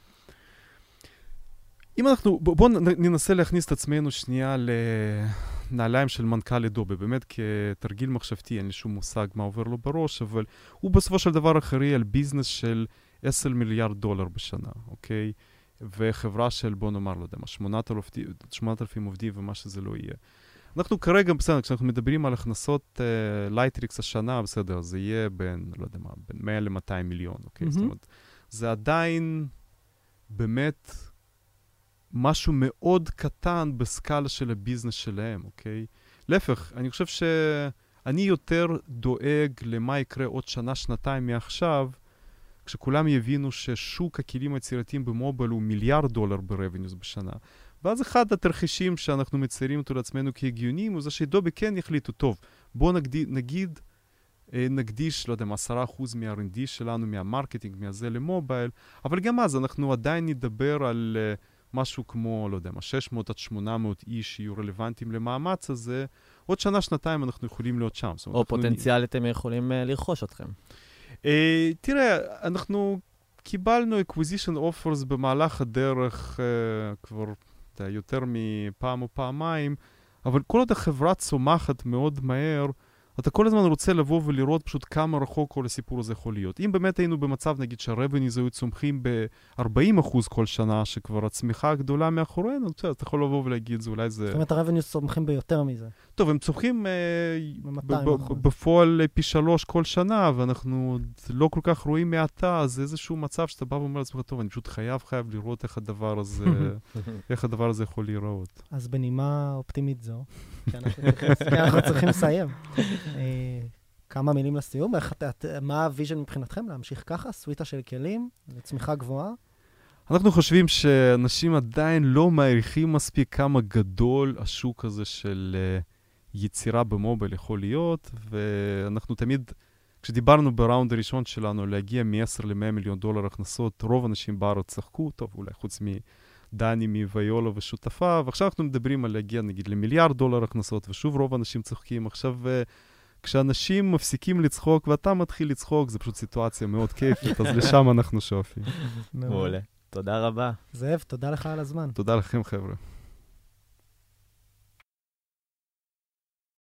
אם אנחנו, בואו ננסה להכניס את עצמנו שנייה לנעליים של מנכ"ל אדובי, באמת כתרגיל מחשבתי, אין לי שום מושג מה עובר לו בראש, אבל הוא בסופו של דבר אחראי על ביזנס של עשרה מיליארד דולר בשנה, אוקיי? וחברה של, בוא נאמר, לא יודע מה, שמונת אלפים עובדים ומה שזה לא יהיה. אנחנו כרגע, בסדר, כשאנחנו מדברים על הכנסות לייטריקס השנה, בסדר, זה יהיה בין, לא יודע מה, בין מאה למאתיים מיליון, אוקיי? זאת אומרת, זה עדיין באמת משהו מאוד קטן בסקאלה של הביזנס שלהם, אוקיי? להפך, אני חושב שאני יותר דואג למה יקרה עוד שנה, שנתיים מעכשיו, כשכולם יבינו ששוק הכלים היצירתיים במוביל הוא מיליארד דולר ברבניוס בשנה. ואז אחד התרחישים שאנחנו מציירים אותו לעצמנו כהגיונים, הוא זה שאדובי כן יחליטו, טוב, בואו נגיד, נגיד, נקדיש, לא יודע, עשרה אחוז מה-אר אנד די שלנו, מהמרקטינג, מהזה למוביל, אבל גם אז אנחנו עדיין נדבר על uh, משהו כמו, לא יודע, שש מאות עד שמונה מאות איש יהיו רלוונטיים למאמץ הזה, עוד שנה, שנתיים אנחנו יכולים להיות שם. או פוטנציאל אתם יכולים uh, לרכוש אתכם. Uh, תראה, אנחנו קיבלנו acquisition offers במהלך הדרך uh, כבר uh, יותר מפעם או פעמיים, אבל כל עוד החברה צומחת מאוד מהר, אתה כל הזמן רוצה לבוא ולראות פשוט כמה רחוק כל הסיפור הזה יכול להיות. אם באמת היינו במצב, נגיד, שהרבניז היו צומחים ב-ארבעים אחוז כל שנה, שכבר הצמיחה הגדולה מאחורינו, אתה יכול לבוא ולהגיד, זה אולי זה... זאת אומרת, הרבניז צומחים ביותר מזה. טוב, הם צומחים בפועל פי שלוש כל שנה, ואנחנו לא כל כך רואים מעתה, אז איזשהו מצב שאתה בא ואומר לעצמך, טוב, אני פשוט חייב, חייב לראות איך הדבר הזה, איך הדבר הזה יכול להיראות. אז בנימה אופטימית זו, כי אנחנו צריכים לסיים. כמה מילים לסיום, מה הוויז'ן מבחינתכם להמשיך ככה, סוויטה של כלים, צמיחה גבוהה? אנחנו חושבים שאנשים עדיין לא מעריכים מספיק כמה גדול השוק הזה של יצירה במובייל יכול להיות, ואנחנו תמיד, כשדיברנו בראונד הראשון שלנו להגיע מ-עשר למאה מיליון דולר הכנסות, רוב אנשים בארץ צחקו, טוב, אולי חוץ מדני, מוויולה ושותפה, ועכשיו אנחנו מדברים על להגיע נגיד למיליארד דולר הכנסות, ושוב רוב אנשים צוחקים. עכשיו, כשאנשים מפסיקים לצחוק ואתה מתחיל לצחוק, זה פשוט סיטואציה מאוד כיפית, אז לשם אנחנו שואפים. מעולה. תודה רבה. זאב, תודה לך על הזמן. תודה לכם, חבר'ה.